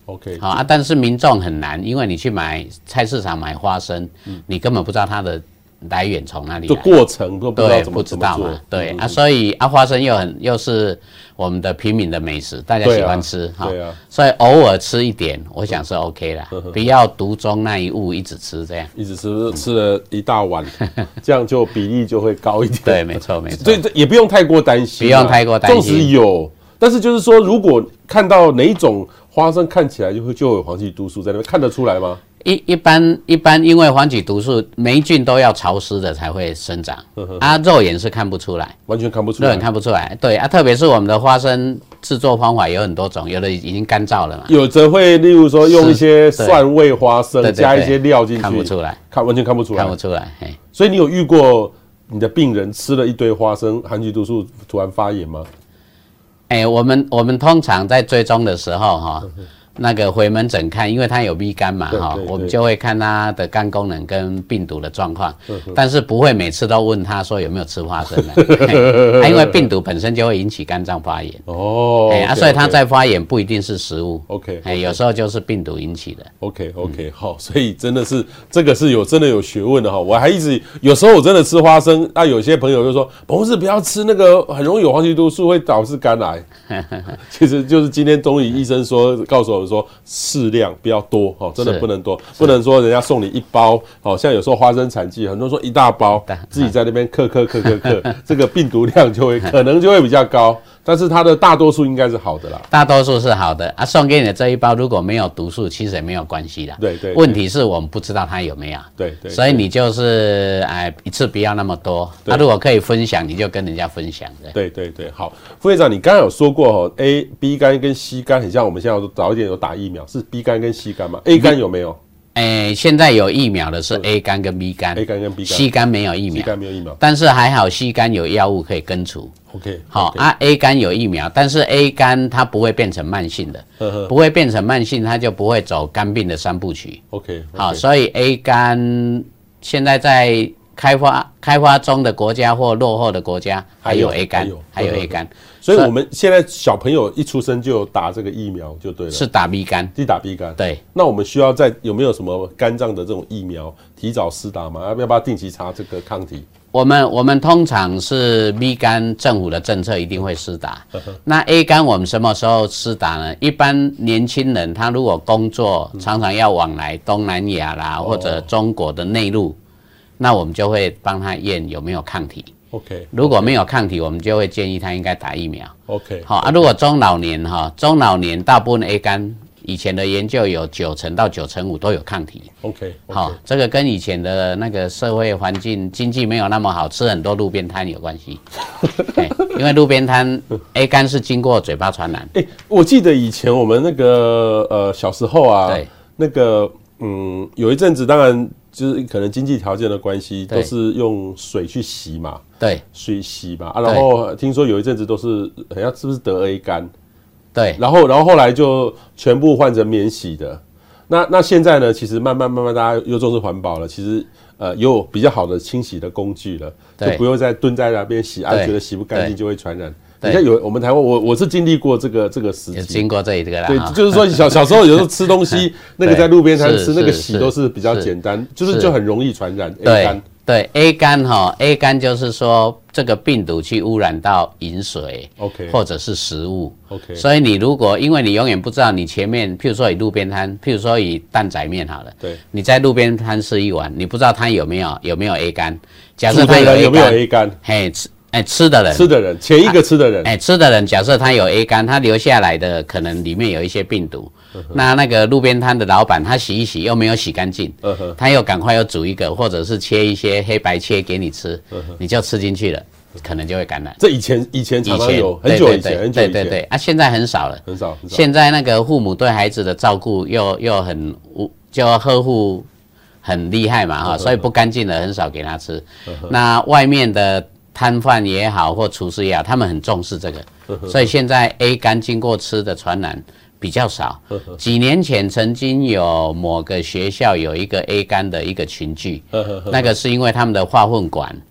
OK， 好啊，但是民众很难，因为你去买菜市场买花生，嗯、你根本不知道它的来源从哪里来， 就过程都不知道怎么不知道嘛，对、 嗯、 啊，所以啊，花生又很又是我们的平民的美食，大家喜欢吃哈， 对啊， 所以偶尔吃一点，我想是 OK 啦，嗯、不要独钟那一物一直吃这样， 一直吃吃了一大碗，这样就比例就会高一点。 对，没错没错， 所以也不用太过担心， 不用太过担心， 纵使有，但是就是说，如果看到哪一种花生看起来就会就有黄曲毒素在那边，看得出来吗？ 一一般一般，因为黄曲毒素霉菌都要潮湿的才会生长，啊，肉眼是看不出来， 完全看不出来， 肉眼看不出来。对啊，特别是我们的花生制作方法有很多种，有的已经干燥了嘛， 有则会例如说用一些蒜味花生，加一些料进去， 看不出来， 看完全看不出来， 看不出来。 所以你有遇过你的病人吃了一堆花生，黄曲毒素突然发炎吗？ 哎、欸，我们我们通常在追踪的时候哈。那个回门诊看，因为他有 B 肝嘛，哈，我们就会看他的肝功能跟病毒的状况，但是不会每次都问他说有没有吃花生的，啊，因为病毒本身就会引起肝脏发炎， 哦， 哎、啊，所以他在发炎不一定是食物 ，OK， 哎，有时候就是病毒引起的 ，OK OK， 好，所以真的是这个是有真的有学问的哈，我还一直有时候我真的吃花生，啊，有些朋友就说不是不要吃那个很容易有黄曲毒素会导致肝癌，其实就是今天中医医生说告诉我们说适量不要多哦，真的不能多，不能说人家送你一包哦，像有时候花生产季很多人说一大包，自己在那边嗑嗑嗑嗑嗑，这个病毒量就会可能就会比较高，但是它的大多数应该是好的啦， 大多数是好的啊。送给你的这一包如果没有毒素，其实也没有关系的， 对 对, 对， 问题是我们不知道它有没有， 对 对, 对， 所以你就是哎一次不要那么多，啊，如果可以分享，你就跟人家分享的， 对对对，好，副院长，你刚刚有说过哦 ，A、B 肝跟 C 肝很像，我们现在早一点有打疫苗，是 B 肝跟 C 肝吗 ？A 肝有没有？ 哎、欸，现在有疫苗的是 A 肝跟 B 肝 ，A 肝跟 B 肝 ，C 肝没有疫苗 ，C 肝没有疫苗， 但是还好 C 肝有药物可以根除。 OK， 好、okay. 啊 ，A 肝有疫苗，但是 A 肝它不会变成慢性的，呵呵不会变成慢性，它就不会走肝病的三部曲。 OK， 好，所以 A 肝现在在开发开发中的国家或落后的国家还有 A 肝，还有 A 肝。 所以我们现在小朋友一出生就有打这个疫苗就对了， 是打 B 肝， 是打 B 肝。 对， 那我们需要在有没有什么肝脏的这种疫苗提早施打吗？要不要定期查这个抗体？ 我们我们通常是 B 肝政府的政策一定会施打。那 A 肝我们什么时候施打呢？一般年轻人他如果工作常常要往来东南亚啦，或者中国的内陆，那我们就会帮他验有没有抗体。 OK， 如果没有抗体，我们就会建议他应该打疫苗。 OK， 好啊。如果中老年哈，中老年大部分 A 肝以前的研究有九成到九成五都有抗体。 OK， 好，这个跟以前的那个社会环境经济没有那么好，吃很多路边摊有关系。因为路边摊 A 肝是经过嘴巴传染。 哎、欸，我记得以前我们那个呃小时候啊， 对， 那个嗯有一阵子，当然就是可能经济条件的关系，都是用水去洗嘛。 对， 水洗嘛啊，然后听说有一阵子都是好像是不是得 A 肝， 对， 然后然后后来就全部换成免洗的。那那现在呢，其实慢慢慢慢大家又重视环保了，其实呃有比较好的清洗的工具了，就不用再蹲在那边洗，啊觉得洗不干净就会传染。你看有我们台湾，我我是经历过这个这个时期， 经过这一个啦。 对，就是说小小时候有时候吃东西，那个在路边摊吃，那个洗都是比较简单，就是就很容易传染 A 肝。 对 A 肝哈 ，A 肝就是说这个病毒去污染到饮水 ，OK， 或者是食物 ，OK。 所以你如果因为你永远不知道你前面，譬如说以路边摊，譬如说以蛋仔面好了， 对， 你在路边摊吃一碗，你不知道它有没有有没有 A 肝，假设它有 A 肝， 有没有 A 肝？ 嘿，吃哎吃的人， 吃的人，前一个吃的人， 哎吃的人，假设他有 A 肝，他留下来的可能里面有一些病毒。那那个路边摊的老板，他洗一洗又没有洗干净，他又赶快又煮一个，或者是切一些黑白切给你吃，你就吃进去了，可能就会感染。 这以前以前常常有，很久以前，很久以前， 对对对啊，现在很少了， 很少。 现在那个父母对孩子的照顾又又很就要呵护很厉害嘛哈，所以不干净的很少给他吃。那外面的摊贩也好或厨师也好，他们很重视这个，所以现在 A 肝经过吃的传染比较少。几年前曾经有某个学校有一个 A 肝的一个群聚，那个是因为他们的化粪管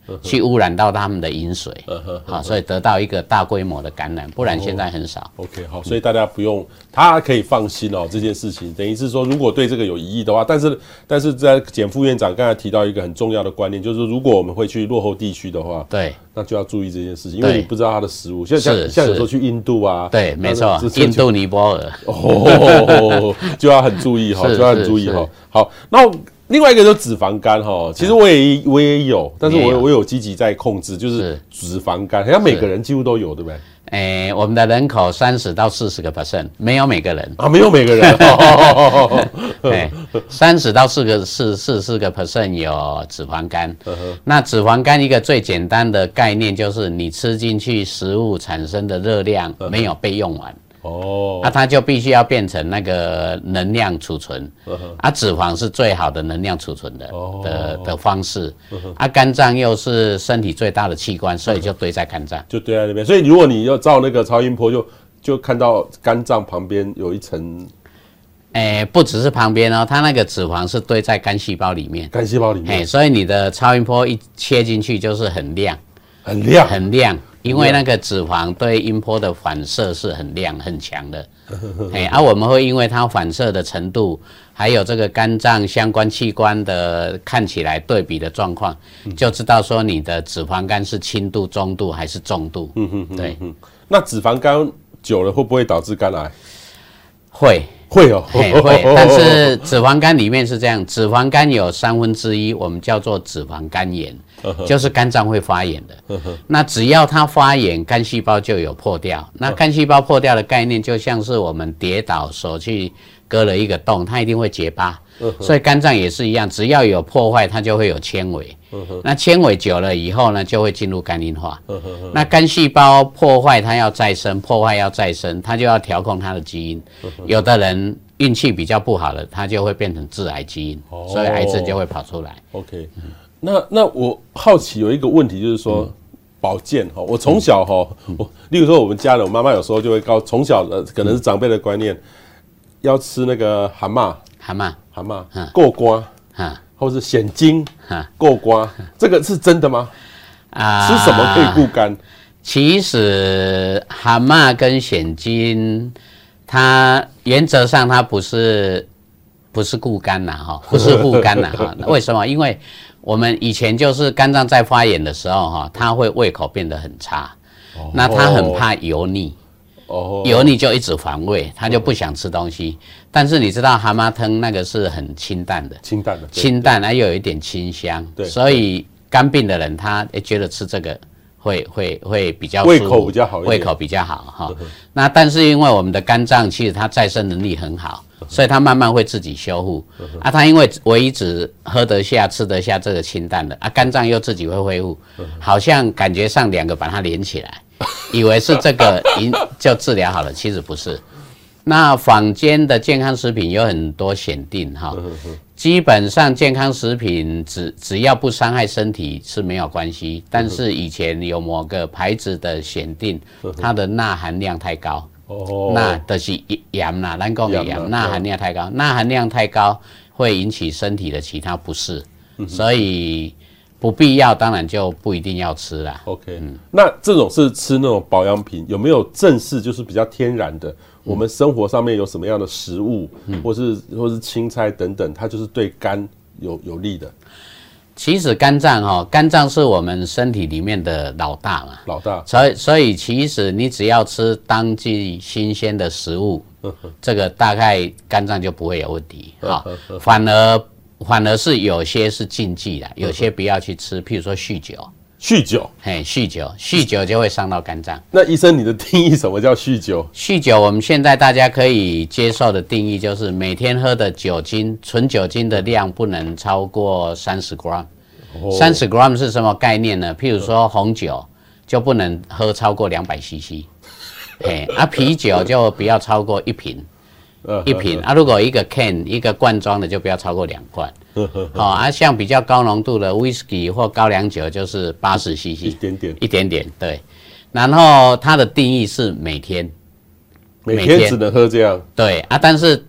去污染到他们的饮水，好，所以得到一个大规模的感染，不然现在很少。 哦、OK， 好，所以大家不用，他可以放心哦，这件事情等于是说，如果对这个有疑义的话，但是但是在简副院长刚才提到一个很重要的观念，就是如果我们会去落后地区的话， 对， 那就要注意这件事情，因为你不知道它的食物，像像像有时候去印度啊， 对，没错，印度尼泊尔， 哦，就要很注意哈，就要很注意哈。好，那另外一个就是脂肪肝哈，其实我也我也有，但是我我有积极在控制，就是脂肪肝，好像每个人几乎都有，对不对？ 诶、欸，我们的人口三十到四十个 percent， 没有每个人啊，没有每个人， 哎，三十到四个四四四个 percent 有脂肪肝。那脂肪肝一个最简单的概念就是你吃进去食物产生的热量没有被用完。哦，啊，它就必须要变成那个能量储存，啊，脂肪是最好的能量储存的、哦、的的方式，啊，肝脏又是身体最大的器官，所以就堆在肝脏， 就堆在那边。所以如果你要照那个超音波就，就就看到肝脏旁边有一层， 哎、欸，不只是旁边哦，它那个脂肪是堆在肝细胞里面， 肝细胞里面， 哎，所以你的超音波一切进去就是很亮， 很亮， 很亮。因为那个脂肪对音波的反射是很亮很强的，哎，而、啊、我们会因为它反射的程度，还有这个肝脏相关器官的看起来对比的状况，就知道说你的脂肪肝是轻度、中度还是重度。嗯哼，对。 那脂肪肝久了会不会导致肝癌？ 会。 会哦， 会，但是脂肪肝里面是这样，脂肪肝有三分之一我们叫做脂肪肝炎，就是肝脏会发炎的。那只要它发炎，肝细胞就有破掉。那肝细胞破掉的概念就像是我们跌倒手去割了一个洞，它一定会结疤。所以肝脏也是一样，只要有破坏，它就会有纤维。那纤维久了以后呢，就会进入肝硬化。那肝细胞破坏，它要再生，破坏要再生，它就要调控它的基因。有的人运气比较不好的，它就会变成致癌基因，所以癌症就会跑出来。 OK， 那那我好奇有一个问题，就是说保健哈，我从小哈，我例如说我们家人，我妈妈有时候就会告，从小呃可能是长辈的观念，要吃那个蛤蟆。 蛤蟆， 蛤蟆，过瓜，或是鲜精，过瓜，这个是真的吗？啊，吃什么可以固肝？ 其实蛤蟆跟鲜精，它原则上它不是不是固肝呐，哈，不是护肝呐，哈。为什么？因为我们以前就是肝脏在发炎的时候，哈，它会胃口变得很差，哦、那它很怕油腻。哦，油腻就一直反胃，他就不想吃东西。但是你知道蛤蟆汤那个是很清淡的， 清淡的， 清淡，还有一点清香。对，所以肝病的人他也觉得吃这个会会会比较舒服， 胃口比较好一点， 胃口比较好哈。那但是因为我们的肝脏其实它再生能力很好，所以它慢慢会自己修复。啊，它因为我一直喝得下、吃得下这个清淡的啊，肝脏又自己会恢复，好像感觉上两个把它连起来。以为是这个就治疗好了，其实不是。那坊间的健康食品有很多限定哈，基本上健康食品只只要不伤害身体是没有关系。但是以前有某个牌子的限定，它的钠含量太高，钠就是盐啦，咱讲的盐，钠含量太高，钠含量太高会引起身体的其他不适，所以。不必要，当然就不一定要吃啦。 OK，、嗯、那这种是吃那种保养品，有没有正式就是比较天然的？嗯、我们生活上面有什么样的食物，嗯、或是或是青菜等等，它就是对肝有有利的。 其实肝脏哈、哦，肝脏是我们身体里面的老大嘛， 老大。 所以所以其实你只要吃当季新鲜的食物，这个大概肝脏就不会有问题。好、哦，反而。反而是有些是禁忌的，有些不要去吃，譬如说酗酒。 酗酒， 嘿，酗酒，酗酒就会伤到肝脏。 那医生，你的定义什么叫酗酒？ 酗酒，我们现在大家可以接受的定义就是每天喝的酒精，纯酒精的量不能超过三十 gram。三十 gram 是什么概念呢？譬如说红酒就不能喝超过两百 C C， 嘿，啊，啤酒就不要超过一瓶。一瓶啊，如果一个 can 一个罐装的就不要超过两罐，好、哦、啊，像比较高浓度的 whisky 或高粱酒就是八十 C C， 一点点， 一点点，对。然后它的定义是每天， 每天只能喝这样， 对啊。但是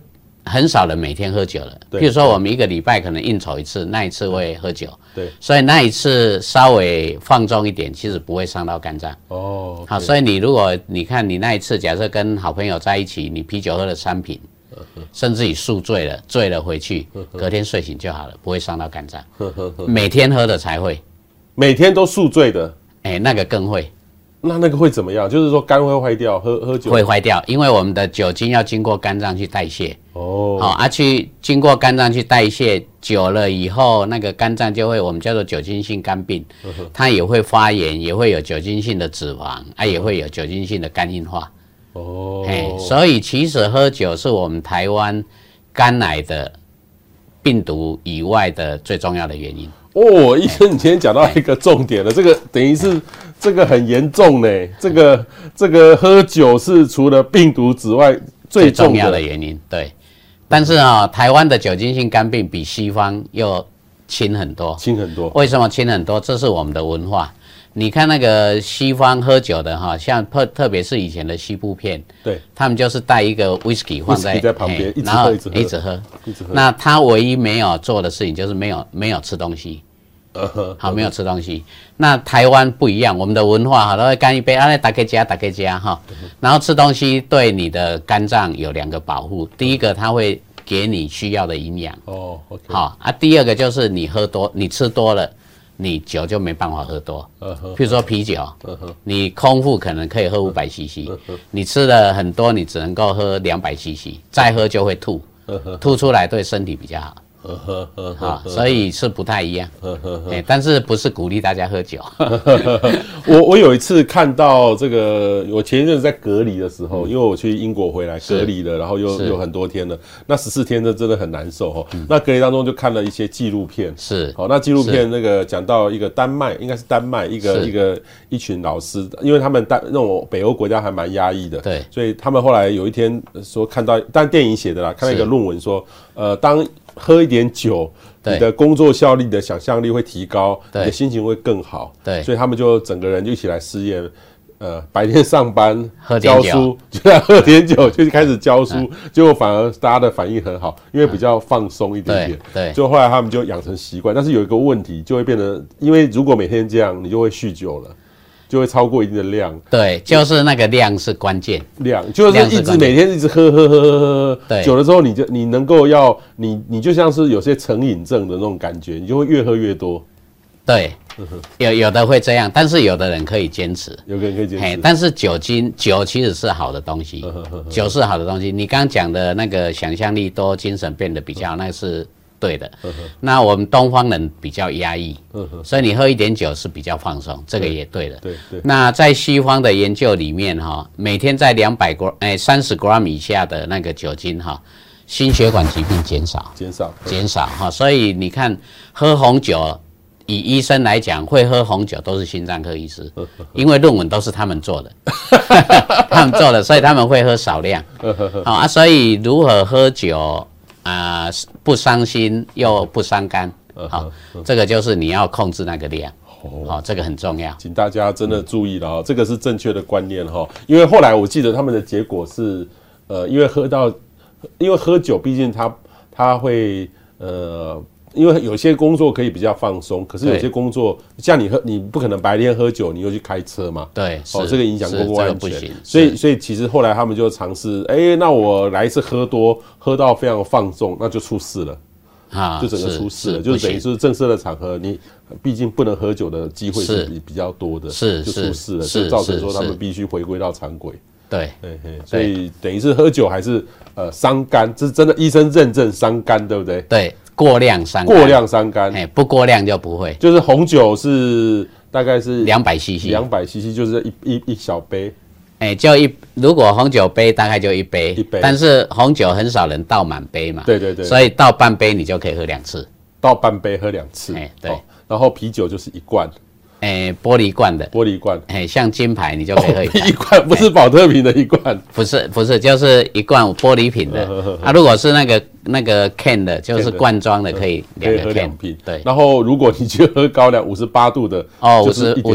很少人每天喝酒了。譬如说，我们一个礼拜可能应酬一次，那一次会喝酒。 对， 所以那一次稍微放纵一点，其实不会伤到肝脏。 哦， 好，所以你如果你看你那一次，假设跟好朋友在一起，你啤酒喝了三瓶，甚至于宿醉了，醉了回去，隔天睡醒就好了，不会伤到肝脏。每天喝的才会， 每天都宿醉的， 哎、欸，那个更会。 那那个会怎么样？就是说肝会坏掉，喝喝酒会坏掉，因为我们的酒精要经过肝脏去代谢。 哦， 好、啊，去经过肝脏去代谢久了以后，那个肝脏就会我们叫做酒精性肝病，嗯、它也会发炎，也会有酒精性的脂肪，啊，也会有酒精性的肝硬化。 哦， 嘿，所以其实喝酒是我们台湾肝癌的病毒以外的最重要的原因。 哦，医生，你今天讲到一个重点了，这个等于是这个很严重呢。这个这个喝酒是除了病毒之外最重要的原因。对，但是啊、哦，台湾的酒精性肝病比西方又轻很多， 轻很多。 为什么轻很多？这是我们的文化。你看那个西方喝酒的哈，像特特别是以前的西部片， 对， 他们就是带一个 whisky 放在在旁边， 然后一直喝， 一直喝，一直喝。那他唯一没有做的事情就是没有没有吃东西。Uh-huh, 好，没有吃东西。那台湾不一样，我们的文化哈都会干一杯，啊，大家加，大家加哈。然后吃东西对你的肝脏有两个保护，第一个它会给你需要的营养。 哦、oh, ，OK。 好啊，第二个就是你喝多，你吃多了，你酒就没办法喝多。Uh-huh, 譬如说啤酒， uh-huh, 你空腹可能可以喝五百 C C， uh-huh, 你吃了很多，你只能够喝两百 C C， 再喝就会吐， uh-huh, 吐出来对身体比较好。好，所以是不太一样，欸、但是不是鼓励大家喝酒。 我我有一次看到这个，我前一阵子在隔离的时候，嗯、因为我去英国回来隔离了，然后又有很多天了，那十四天的真的很难受哈、嗯。那隔离当中就看了一些纪录片， 是好，那纪录片那个讲到一个丹麦，应该是丹麦一个一个一群老师，因为他们丹那种北欧国家还蛮压抑的， 对， 所以他们后来有一天说看到，但电影写的啦，看到一个论文说，呃，当喝一点酒，你的工作效率、你的想象力会提高，你的心情会更好。 对， 所以他们就整个人就一起来试验，呃，白天上班喝教书，就来喝点酒，就开始教书，嗯、结果反而大家的反应很好，因为比较放松一点点。 嗯、对， 就后来他们就养成习惯，但是有一个问题，就会变得，因为如果每天这样，你就会酗酒了。就会超过一定的量， 对，就是那个量是关键， 量就是一直每天一直喝喝喝喝喝喝，久了之后你就你能够要你你就像是有些成瘾症的那种感觉，你就会越喝越多。 对，有有的会这样，但是有的人可以坚持， 有个人可以坚持。 但是酒精酒其实是好的东西，酒是好的东西。你刚刚讲的那个想象力多，精神变得比较，那是对的。那我们东方人比较压抑，所以你喝一点酒是比较放松，这个也对的。 对对。 那在西方的研究里面哈，每天在两百 gram 哎三十 gram 以下的那个酒精哈，心血管疾病减少， 减少减少哈。所以你看喝红酒。以医生来讲，会喝红酒都是心脏科医师，因为论文都是他们做的，他们做的，所以他们会喝少量。好啊，所以如何喝酒啊、呃，不伤心又不伤肝，好，这个就是你要控制那个量。好，这个很重要， 请大家真的注意了哈，这个是正确的观念哈。因为后来我记得他们的结果是，呃，因为喝到，因为喝酒，毕竟它它会呃。因为有些工作可以比较放松，可是有些工作像你喝，你不可能白天喝酒，你又去开车嘛。 对， 哦，这个影响公共安全。 这个、 所以，所以其实后来他们就尝试，哎、欸，那我来一次喝多，喝到非常放纵，那就出事了。啊，就整个出事了，就等于是正式的场合，你毕竟不能喝酒的机会是比较多的， 是就出事了，就造成说他们必须回归到常轨。 对， 对，所以等于是喝酒还是呃伤肝，这是真的医生认证伤肝，对不对？ 对。过量伤肝， 过量伤肝， 哎，不过量就不会。 就是红酒是大概是两百 C C， 两百 C C 就是一一一小杯， 哎，就一如果红酒杯大概就一杯， 一杯。 但是红酒很少人倒满杯嘛， 对对对， 所以倒半杯你就可以喝两次， 倒半杯喝两次， 哎，对、哦。 然后啤酒就是一罐。 诶、欸，玻璃罐的， 玻璃罐， 诶、欸，像金牌你就可以喝一罐， 哦、一罐不是保特瓶的一罐，欸、 不是不是，就是一罐玻璃瓶的。呵呵呵啊，如果是那个那个 can 的，就是罐装的，可以两个 can。 瓶。对。然后如果你去喝高粱五十八度的， 哦，五十五十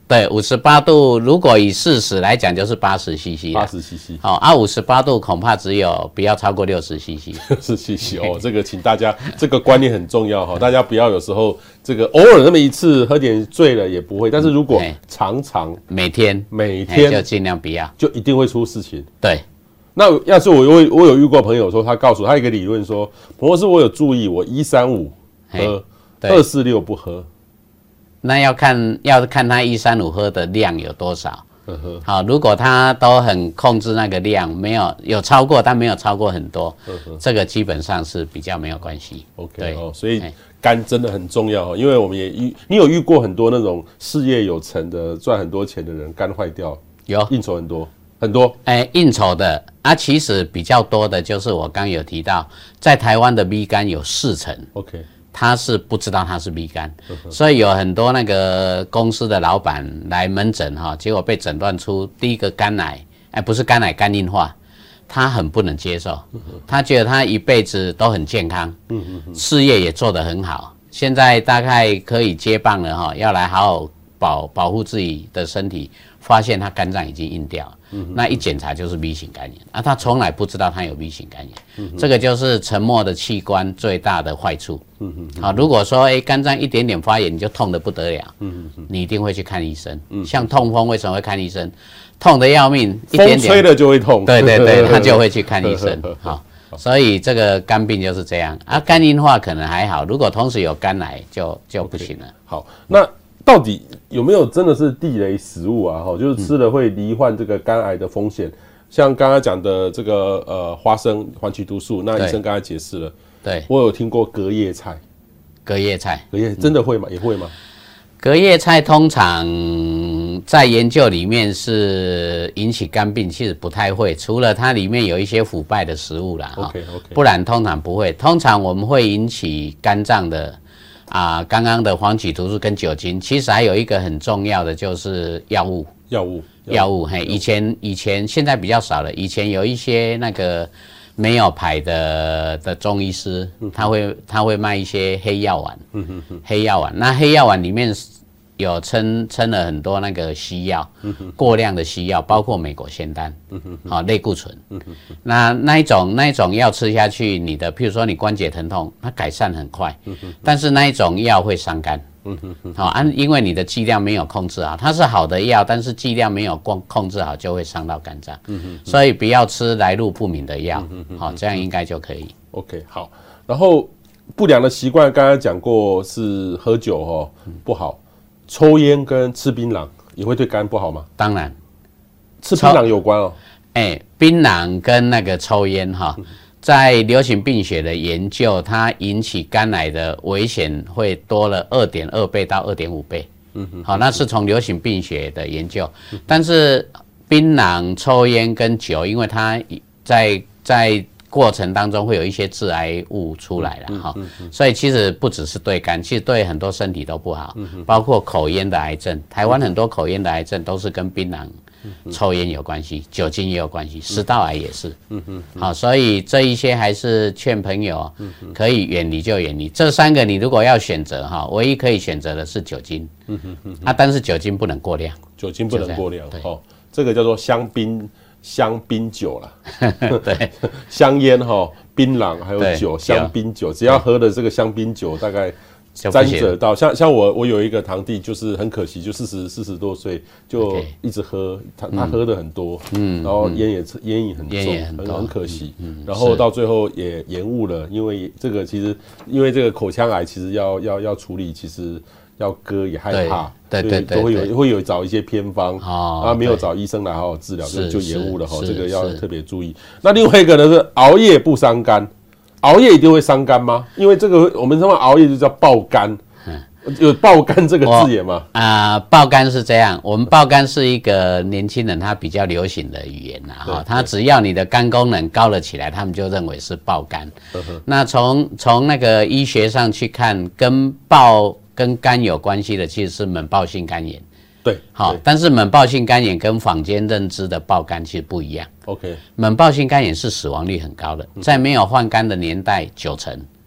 对，五十八度，如果以四十来讲，就是八十 C C。 八十 C C。 好、哦，啊，五十八度恐怕只有不要超过六十 C C。 六十 C C 哦，这个请大家这个观念很重要哈，大家不要有时候这个偶尔那么一次喝点醉了也不会，但是如果常常每天每天就尽量不要， 就一定会出事情。 对。 那要是我我我有遇过朋友说，他告诉他一个理论说，彭博士我有注意，我一三五喝，二四六不喝。 那要看要看他一三五喝的量有多少。好，如果他都很控制那个量，没有有超过，但没有超过很多，这个基本上是比较没有关系。 OK， 对哦，所以肝真的很重要，因为我们也遇你有遇过很多那种事业有成的、赚很多钱的人，肝坏掉， 有应酬很多很多。 哎、欸，应酬的啊，其实比较多的就是我刚有提到，在台湾的 B 肝有四成。 OK。 他是不知道他是 B 肝，所以有很多那个公司的老板来门诊哈，结果被诊断出第一个肝癌，哎，不是肝癌，肝硬化，他很不能接受，他觉得他一辈子都很健康，事业也做得很好，现在大概可以接棒了哈，要来好好保保护自己的身体，发现他肝脏已经硬掉了。那一检查就是 B 型肝炎啊，他从来不知道他有 B 型肝炎，嗯、这个就是沉默的器官最大的坏处。嗯、好，如果说哎、欸、肝脏一点点发炎你就痛得不得了，嗯、你一定会去看医生。嗯、像痛风为什么会看医生？痛得要命，一点点风吹了就会痛。 对对对，他就会去看医生。好，所以这个肝病就是这样啊，肝硬化可能还好，如果同时有肝癌就就不行了。 Okay, 好，那。到底有没有真的是地雷食物啊？哈，就是吃了会罹患这个肝癌的风险。像刚刚讲的这个呃花生黄曲毒素，那医生刚才解释了。 对， 我有听过隔夜菜。 隔夜菜， 隔夜真的会吗？嗯、也会吗？ 隔夜菜通常在研究里面是引起肝病，其实不太会，除了它里面有一些腐败的食物啦， OK OK， 不然通常不会。通常我们会引起肝脏的。啊，刚刚的黄曲毒素跟酒精，其实还有一个很重要的就是药物， 药物， 药物。嘿，以前以前现在比较少了，以前有一些那个没有牌的的中医师，他会他会卖一些黑药丸，嗯、黑药丸。那黑药丸里面有掺掺了很多那个西药，过量的西药，包括美国仙丹，好、哦、类固醇。那那一种那一种药吃下去，你的譬如说你关节疼痛，它改善很快，但是那一种药会伤肝。好、哦、啊，因为你的剂量没有控制好，它是好的药，但是剂量没有控制好，就会伤到肝脏。所以不要吃来路不明的药，好、哦，这样应该就可以。 OK， 好。然后不良的习惯，刚刚讲过是喝酒哦，不好。抽烟跟吃槟榔也会对肝不好吗？ 当然， 吃槟榔有关哦。 哎、欸，槟榔跟那个抽烟哈，在流行病学的研究，它引起肝癌的危险会多了二点二倍到二点五倍。嗯哼，好，那是从流行病学的研究。但是槟榔、抽烟跟酒，因为它在在过程当中会有一些致癌物出来了哈，所以其实不只是对肝，其实对很多身体都不好，包括口烟的癌症。台湾很多口烟的癌症都是跟槟榔、抽烟有关系，酒精也有关系，食道癌也是。好，所以这一些还是劝朋友可以远离就远离。这三个你如果要选择哈，唯一可以选择的是酒精，啊，但是酒精不能过量， 酒精不能过量。哦，这个叫做香槟。香槟酒啦， 对， 香烟哈、槟榔还有酒，香槟酒，只要喝的这个香槟酒，大概沾着到，像像我我有一个堂弟，就是很可惜，就四十四十多岁就一直喝，他他喝的很多，嗯，然后烟也烟瘾很重，很很可惜，嗯，然后到最后也延误了，因为这个其实因为这个口腔癌其实要要要处理，其实。要割也害怕， 对对对， 都会有会有找一些偏方，啊，没有找医生来好好治疗，就就延误了哈，这个要特别注意。那另外一个呢是熬夜不伤肝，熬夜一定会伤肝吗？因为这个我们说熬夜就叫爆肝，有爆肝这个字眼吗？ 啊、呃，爆肝是这样，我们爆肝是一个年轻人他比较流行的语言呐，哈，他只要你的肝功能高了起来，他们就认为是爆肝。那从从那个医学上去看，跟爆跟肝有关系的其实是猛爆性肝炎， 对， 好，但是猛爆性肝炎跟坊间认知的爆肝其实不一样。 OK， 猛爆性肝炎是死亡率很高的，在没有换肝的年代九成，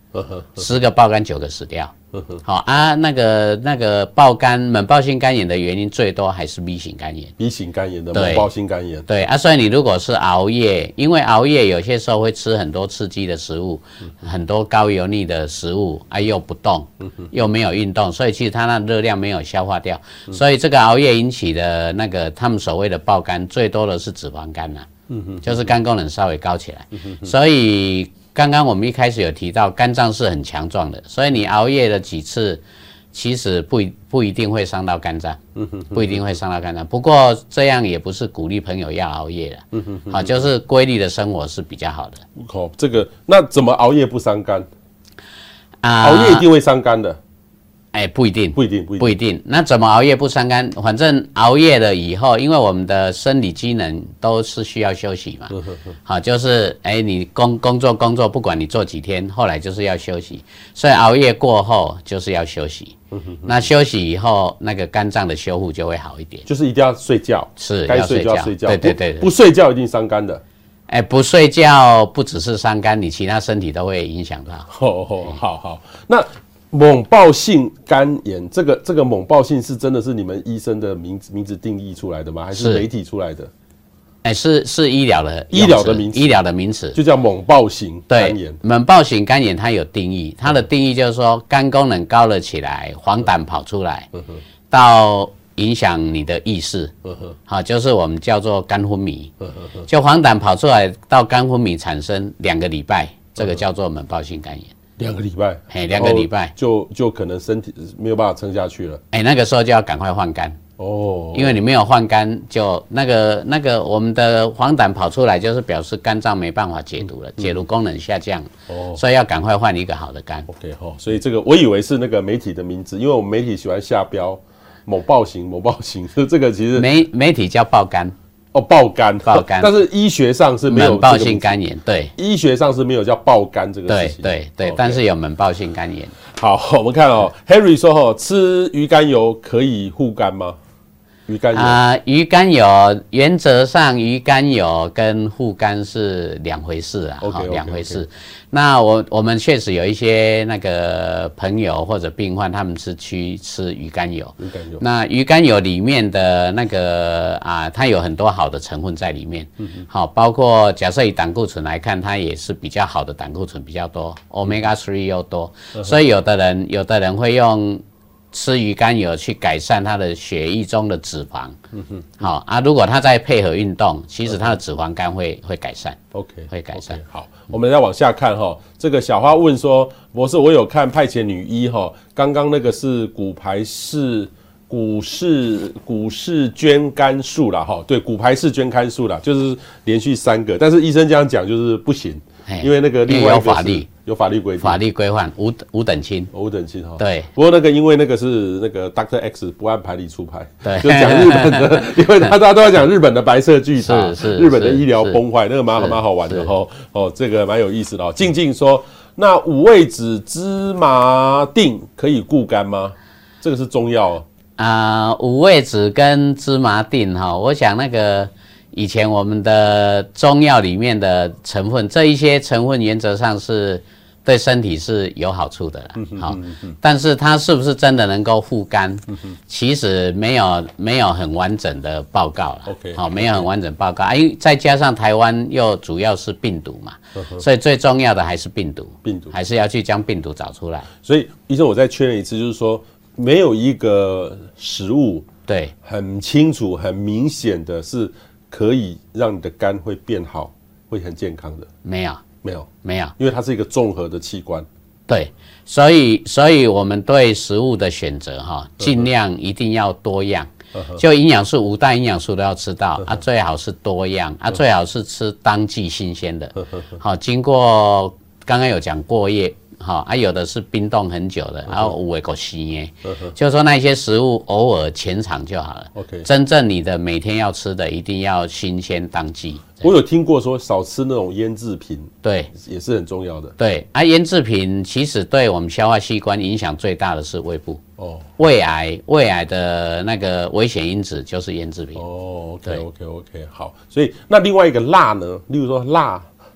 十个爆肝九个死掉。好啊，那个那个爆肝猛爆性肝炎的原因最多还是 B 型肝炎。 B 型肝炎的猛爆性肝炎。 对啊，所以你如果是熬夜，因为熬夜有些时候会吃很多刺激的食物，嗯、很多高油腻的食物啊，又不动，嗯、又没有运动，所以其实它那热量没有消化掉，嗯、所以这个熬夜引起的那个他们所谓的爆肝，最多的是脂肪肝呐、啊，嗯、就是肝功能稍微高起来，嗯、所以。刚刚我们一开始有提到，肝脏是很强壮的，所以你熬夜了几次，其实不不一定会伤到肝脏，不一定会伤到肝脏。不过这样也不是鼓励朋友要熬夜了，好，就是规律的生活是比较好的。 哦，这个那怎么熬夜不伤肝？啊，熬夜一定会伤肝的。 哎，不一定， 不一定，不一定， 不一定。那怎么熬夜不伤肝？反正熬夜了以后，因为我们的生理机能都是需要休息嘛。好，就是哎，你工工作工作，不管你做几天，后来就是要休息。所以熬夜过后就是要休息。那休息以后，那个肝脏的修复就会好一点。 就是一定要睡觉， 是该睡觉睡觉。 对对对， 不, 不睡觉一定伤肝的。 哎，不睡觉不只是伤肝，你其他身体都会影响到。 哦哦，好好，那。猛爆性肝炎，这个这个猛爆性是真的是你们医生的名字名字定义出来的吗？还是媒体出来的？ 哎，是是医疗的医疗的名词， 医疗的名词就叫猛爆型肝炎。 猛爆型肝炎它有定义，它的定义就是说肝功能高了起来，黄疸跑出来，嗯、到影响你的意识，嗯、好，就是我们叫做肝昏迷。嗯、就黄疸跑出来到肝昏迷产生两个礼拜，这个叫做猛爆性肝炎。 两个礼拜， 哎，两个礼拜就就可能身体没有办法撑下去了， 哎，那个时候就要赶快换肝哦，因为你没有换肝，就那个那个我们的黄疸跑出来，就是表示肝脏没办法解毒了，嗯、解毒功能下降，哦，所以要赶快换一个好的肝。 OK 哈、哦，所以这个我以为是那个媒体的名字，因为我们媒体喜欢下标某爆型某爆型，这个其实媒媒体叫爆肝。 哦，爆肝， 爆肝， 但是医学上是没有猛爆性肝炎，对， 医学上是没有叫爆肝这个事情， 对对对， okay. 但是有猛爆性肝炎。 好，我们看哦 ，Henry 说哦，吃鱼肝油可以护肝吗？鱼肝油啊、呃，鱼肝油原则上鱼肝油跟护肝是两回事啊，好，两回事。Okay. 那我我们确实有一些那个朋友或者病患，他们是去吃鱼肝油。鱼肝油。那鱼肝油里面的那个啊，它有很多好的成分在里面。嗯好，包括假设以胆固醇来看，它也是比较好的胆固醇比较多 ，omega 三 又多，嗯、所以有的人有的人会用。吃鱼肝油去改善他的血液中的脂肪，嗯哼，好啊。如果他再配合运动，其实他的脂肪肝会会改善 ，OK， 会改善。 Okay, 好，我们再往下看哈。这个小花问说，博士，我有看派遣女医哈，刚刚那个是骨排式骨式骨式捐肝术啦哈，对，骨排式捐肝术啦，就是连续三个，但是医生这样讲就是不行，因为那个另外一个是有法律。有法律规定， 法律规范五五等亲， 五等亲哈。 对， 不过那个因为那个是那个 Doctor X 不按牌理出牌，对，就讲日本的，因为大家都在讲日本的白色巨塔，是日本的医疗崩坏，那个蛮蛮好玩的哈。哦，这个蛮有意思的哦。静静说，那五味子芝麻锭可以固肝吗？这个是中药哦。 啊、呃，五味子跟芝麻锭哈，我想那个。以前我们的中药里面的成分，这一些成分原则上是对身体是有好处的啦。好，但是它是不是真的能够护肝？其实没有没有很完整的报告啦。 OK， 好，没有很完整报告，因为再加上台湾又主要是病毒嘛，所以最重要的还是病毒，病毒还是要去将病毒找出来。 所以医生，我再确认一次，就是说没有一个食物对很清楚、很明显的是。可以让你的肝会变好，会很健康的？没有，没有， 没有， 因为它是一个综合的器官。 对，所以，所以我们对食物的选择哈，尽量一定要多样。就营养素，五大营养素都要吃到啊，最好是多样啊，最好是吃当季新鲜的。好，经过刚刚有讲过夜。好啊，有的是冰冻很久的，然后有的够鲜耶，就是说那些食物偶尔前场就好了。OK， 真正你的每天要吃的一定要新鲜当季。 我有听过说少吃那种腌制品， 对， 也是很重要的。 对啊，腌制品其实对我们消化器官影响最大的是胃部。哦，胃癌，胃癌的那个危险因子就是腌制品。 哦 ，OK OK OK， 好。所以那另外一个辣呢，例如说辣。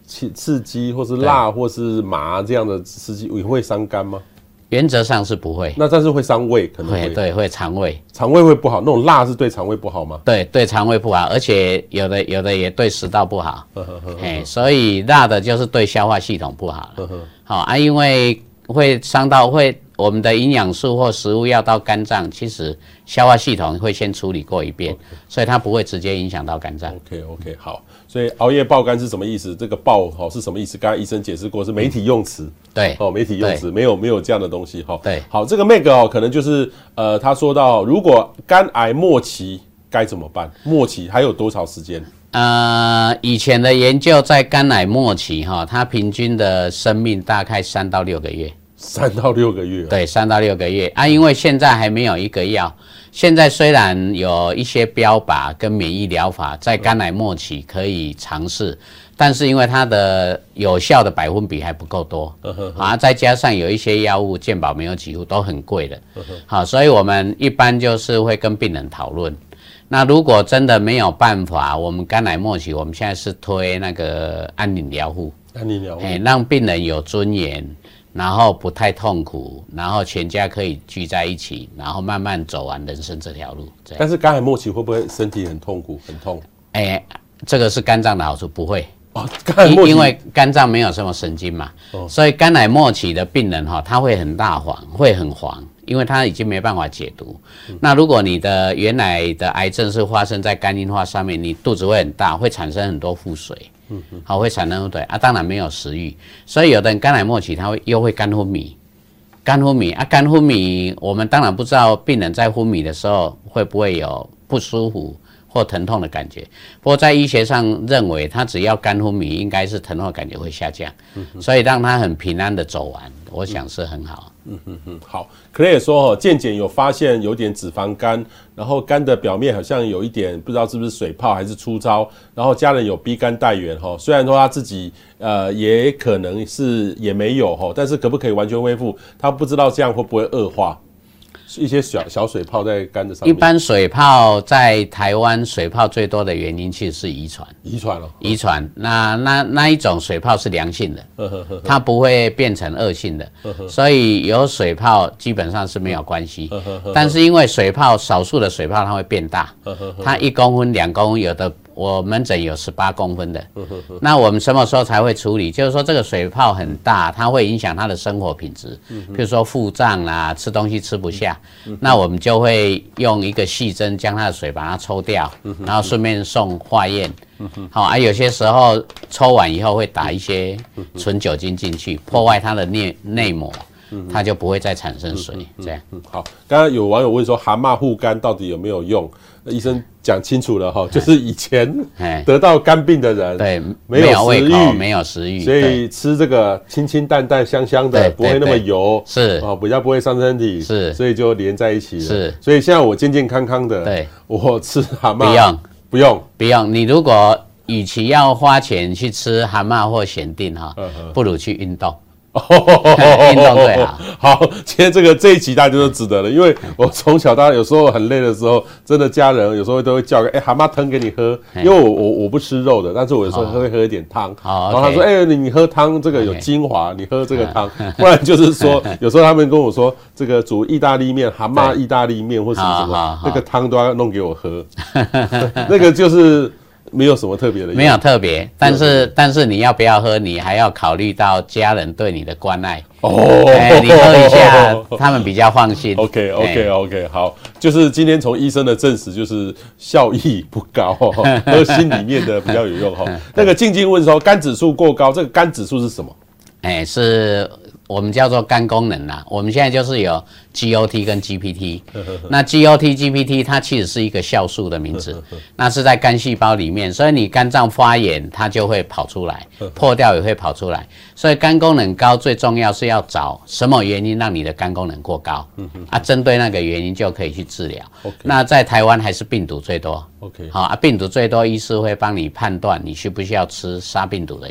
刺激或是辣或是麻这样的刺激也会伤肝吗？ 原则上是不会， 那但是会伤胃，可能会， 会对会肠胃， 肠胃会不好。那种辣是对肠胃不好吗？ 对，对肠胃不好，而且有的有的也对食道不好。哎，所以辣的就是对消化系统不好了。好啊，因为会伤到会我们的营养素或食物要到肝脏，其实消化系统会先处理过一遍， okay. 所以它不会直接影响到肝脏。 OK OK 好，所以熬夜爆肝是什么意思？这个爆哈是什么意思？刚才医生解释过，是媒体用词。 对， 哦，媒体用词没有没有这样的东西哈。 对， 好，这个 Meg 哦，可能就是呃，他说到如果肝癌末期该怎么办？末期还有多少时间？ 呃，以前的研究在肝癌末期哈，它平均的生命大概三到六个月。 三到六个月、啊， 对，三到六个月啊，因为现在还没有一个药。现在虽然有一些标靶跟免疫疗法在肝癌末期可以尝试，但是因为它的有效的百分比还不够多，啊，再加上有一些药物健保没有给付，都很贵的，好，所以我们一般就是会跟病人讨论。那如果真的没有办法，我们肝癌末期，我们现在是推那个安宁疗护， 安宁疗护， 哎，让病人有尊严。然后不太痛苦，然后全家可以聚在一起，然后慢慢走完人生这条路。 但是肝癌末期会不会身体很痛苦、很痛？ 哎，这个是肝脏的好处，不会。 哦，肝癌末期， 因为肝脏没有什么神经嘛，哦、所以肝癌末期的病人哈、哦，他会很大黄，会很黄，因为他已经没办法解毒。嗯、那如果你的原来的癌症是发生在肝硬化上面，你肚子会很大，会产生很多腹水。好，会产生对啊，当然没有食欲，所以有的人肝癌末期他会又会肝昏迷，肝昏迷啊，肝昏迷，我们当然不知道病人在昏迷的时候会不会有不舒服或疼痛的感觉，不过在医学上认为他只要肝昏迷，应该是疼痛的感觉会下降，所以让他很平安的走完，我想是很好。 嗯哼哼，好 ，Clay 说哦，健检有发现有点脂肪肝，然后肝的表面好像有一点不知道是不是水泡还是粗糙，然后家人有逼肝带源哈，虽然说他自己呃也可能是也没有哈，但是可不可以完全恢复？他不知道这样会不会恶化。一些小小水泡在肝的上面。 一般水泡在台湾水泡最多的原因其实是遗传， 遗传哦， 遗传。那那那一种水泡是良性的，它不会变成恶性的，所以有水泡基本上是没有关系。但是因为水泡少数的水泡它会变大，它一公分、两公分，有的我门诊有十八公分的。那我们什么时候才会处理？就是说这个水泡很大，它会影响他的生活品质，比如说腹胀啦，吃东西吃不下。那我们就会用一个细针将它的水把它抽掉，然后顺便送化验。好啊，有些时候抽完以后会打一些纯酒精进去，破坏它的内内膜，它就不会再产生水。这样。 好，刚刚有网友问说蛤蟆护肝到底有没有用？医生讲清楚了哈，就是以前得到肝病的人， 对， 没有食欲， 没有食欲， 所以吃这个清清淡淡、香香的，不会那么油， 是哦，比较不会伤身体， 是， 所以就连在一起了。 是， 所以现在我健健康康的，对，我吃蛤蟆不用， 不用， 不用。你如果与其要花钱去吃蛤蟆或咸定哈，不如去运动。运动最好。 好，今天这个这一集大家就值得了，因为我从小到大有时候很累的时候，真的家人有时候都会叫个哎、欸、蛤蟆汤给你喝，因为我我我不吃肉的，但是我有时候会喝一点汤，然后他说哎、欸、你你喝汤这个有精华，你喝这个汤，不然就是说有时候他们跟我说这个煮意大利面蛤蟆意大利面或什么什么，那个汤都要弄给我喝，那个就是。没有什么特别的， 没有特别，但是但是你要不要喝，你还要考虑到家人对你的关爱哦、欸。你喝一下，他们比较放心。 OK OK OK， 好，就是今天从医生的证实，就是效益不高，喝心里面的比较有用哈。那个静静问说，肝指数过高，这个肝指数是什么？ 哎、欸，是。我们叫做肝功能啦，我们现在就是有 G O T 跟 G P T， 那 G O T、G P T 它其实是一个酵素的名字，那是在肝细胞里面，所以你肝脏发炎，它就会跑出来，破掉也会跑出来，所以肝功能高最重要是要找什么原因让你的肝功能过高，啊，针对那个原因就可以去治疗。那在台湾还是病毒最多 ，OK， 好啊，病毒最多，医师会帮你判断你需不需要吃杀病毒的药。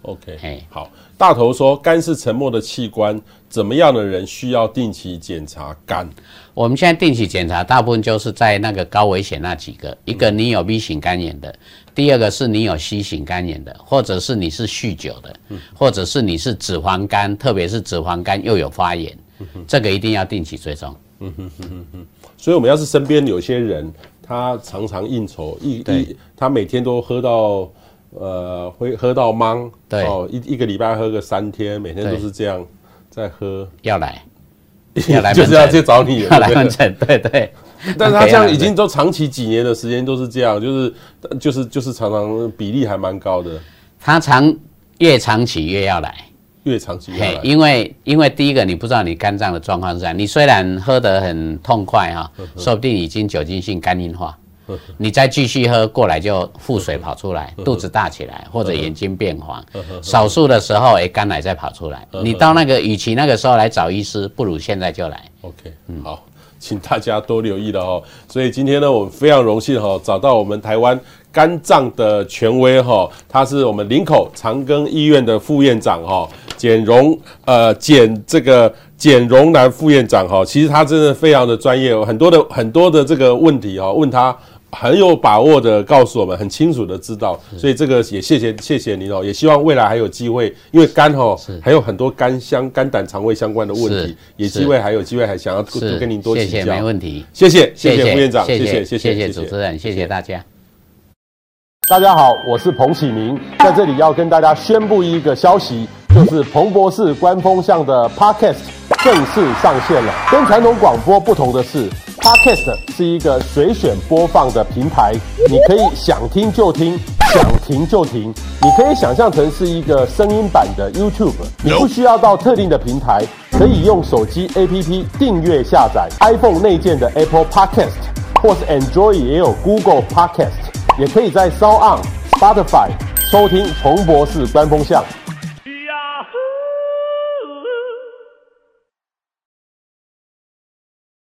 OK， 好。大头说，肝是沉默的器官，怎么样的人需要定期检查肝？ 我们现在定期检查，大部分就是在那个高危险那几个，一个你有 B 型肝炎的，第二个是你有 C 型肝炎的，或者是你是酗酒的，或者是你是脂肪肝，特别是脂肪肝又有发炎，这个一定要定期追踪。 嗯哼哼哼哼，所以我们要是身边有些人，他常常应酬，一一他每天都喝到。呃，会喝到懵， 对， 哦，一一个礼拜喝个三天，每天都是这样在喝， 要来，要来， 就是要去找你， 要来门诊，对对。 但是他这样已经都长期几年的时间都是这样，就是就是就是常常比例还蛮高的。 他长越长期越要来， 越长期越要来， 因为因为第一个你不知道你肝脏的状况是怎样，你虽然喝得很痛快哈，说不定已经酒精性肝硬化。你再继续喝过来就腹水跑出来，肚子大起来，或者眼睛变黄，少数的时候哎肝癌再跑出来。你到那个与其那个时候来找医师，不如现在就来。 OK， 嗯，好，请大家多留意了哦。所以今天呢，我们非常荣幸哈，找到我们台湾肝脏的权威哈，他是我们林口长庚医院的副院长哈，简荣呃简这个。简荣南副院长哈，其实他真的非常的专业，很多的很多的这个问题哈，问他很有把握的告诉我们，很清楚的知道，所以这个也谢谢谢谢您哦，也希望未来还有机会，因为肝哈还有很多肝相肝胆肠胃相关的问题，也机会还有机会还想要多跟您多请教， 谢谢没问题， 谢谢谢谢副院长，谢谢谢谢谢谢主持人，谢谢大家。 大家好，我是彭启明，在这里要跟大家宣布一个消息，就是彭博士官风向的 Podcast 正式上线了。跟传统广播不同的是 ，Podcast 是一个随选播放的平台，你可以想听就听，想停就停。你可以想象成是一个声音版的 YouTube， 你不需要到特定的平台，可以用手机 A P P 订阅下载 iPhone 内建的 Apple Podcast， 或是 Android 也有 Google Podcast， 也可以在 SoundOn、Spotify 收听彭博士官风向。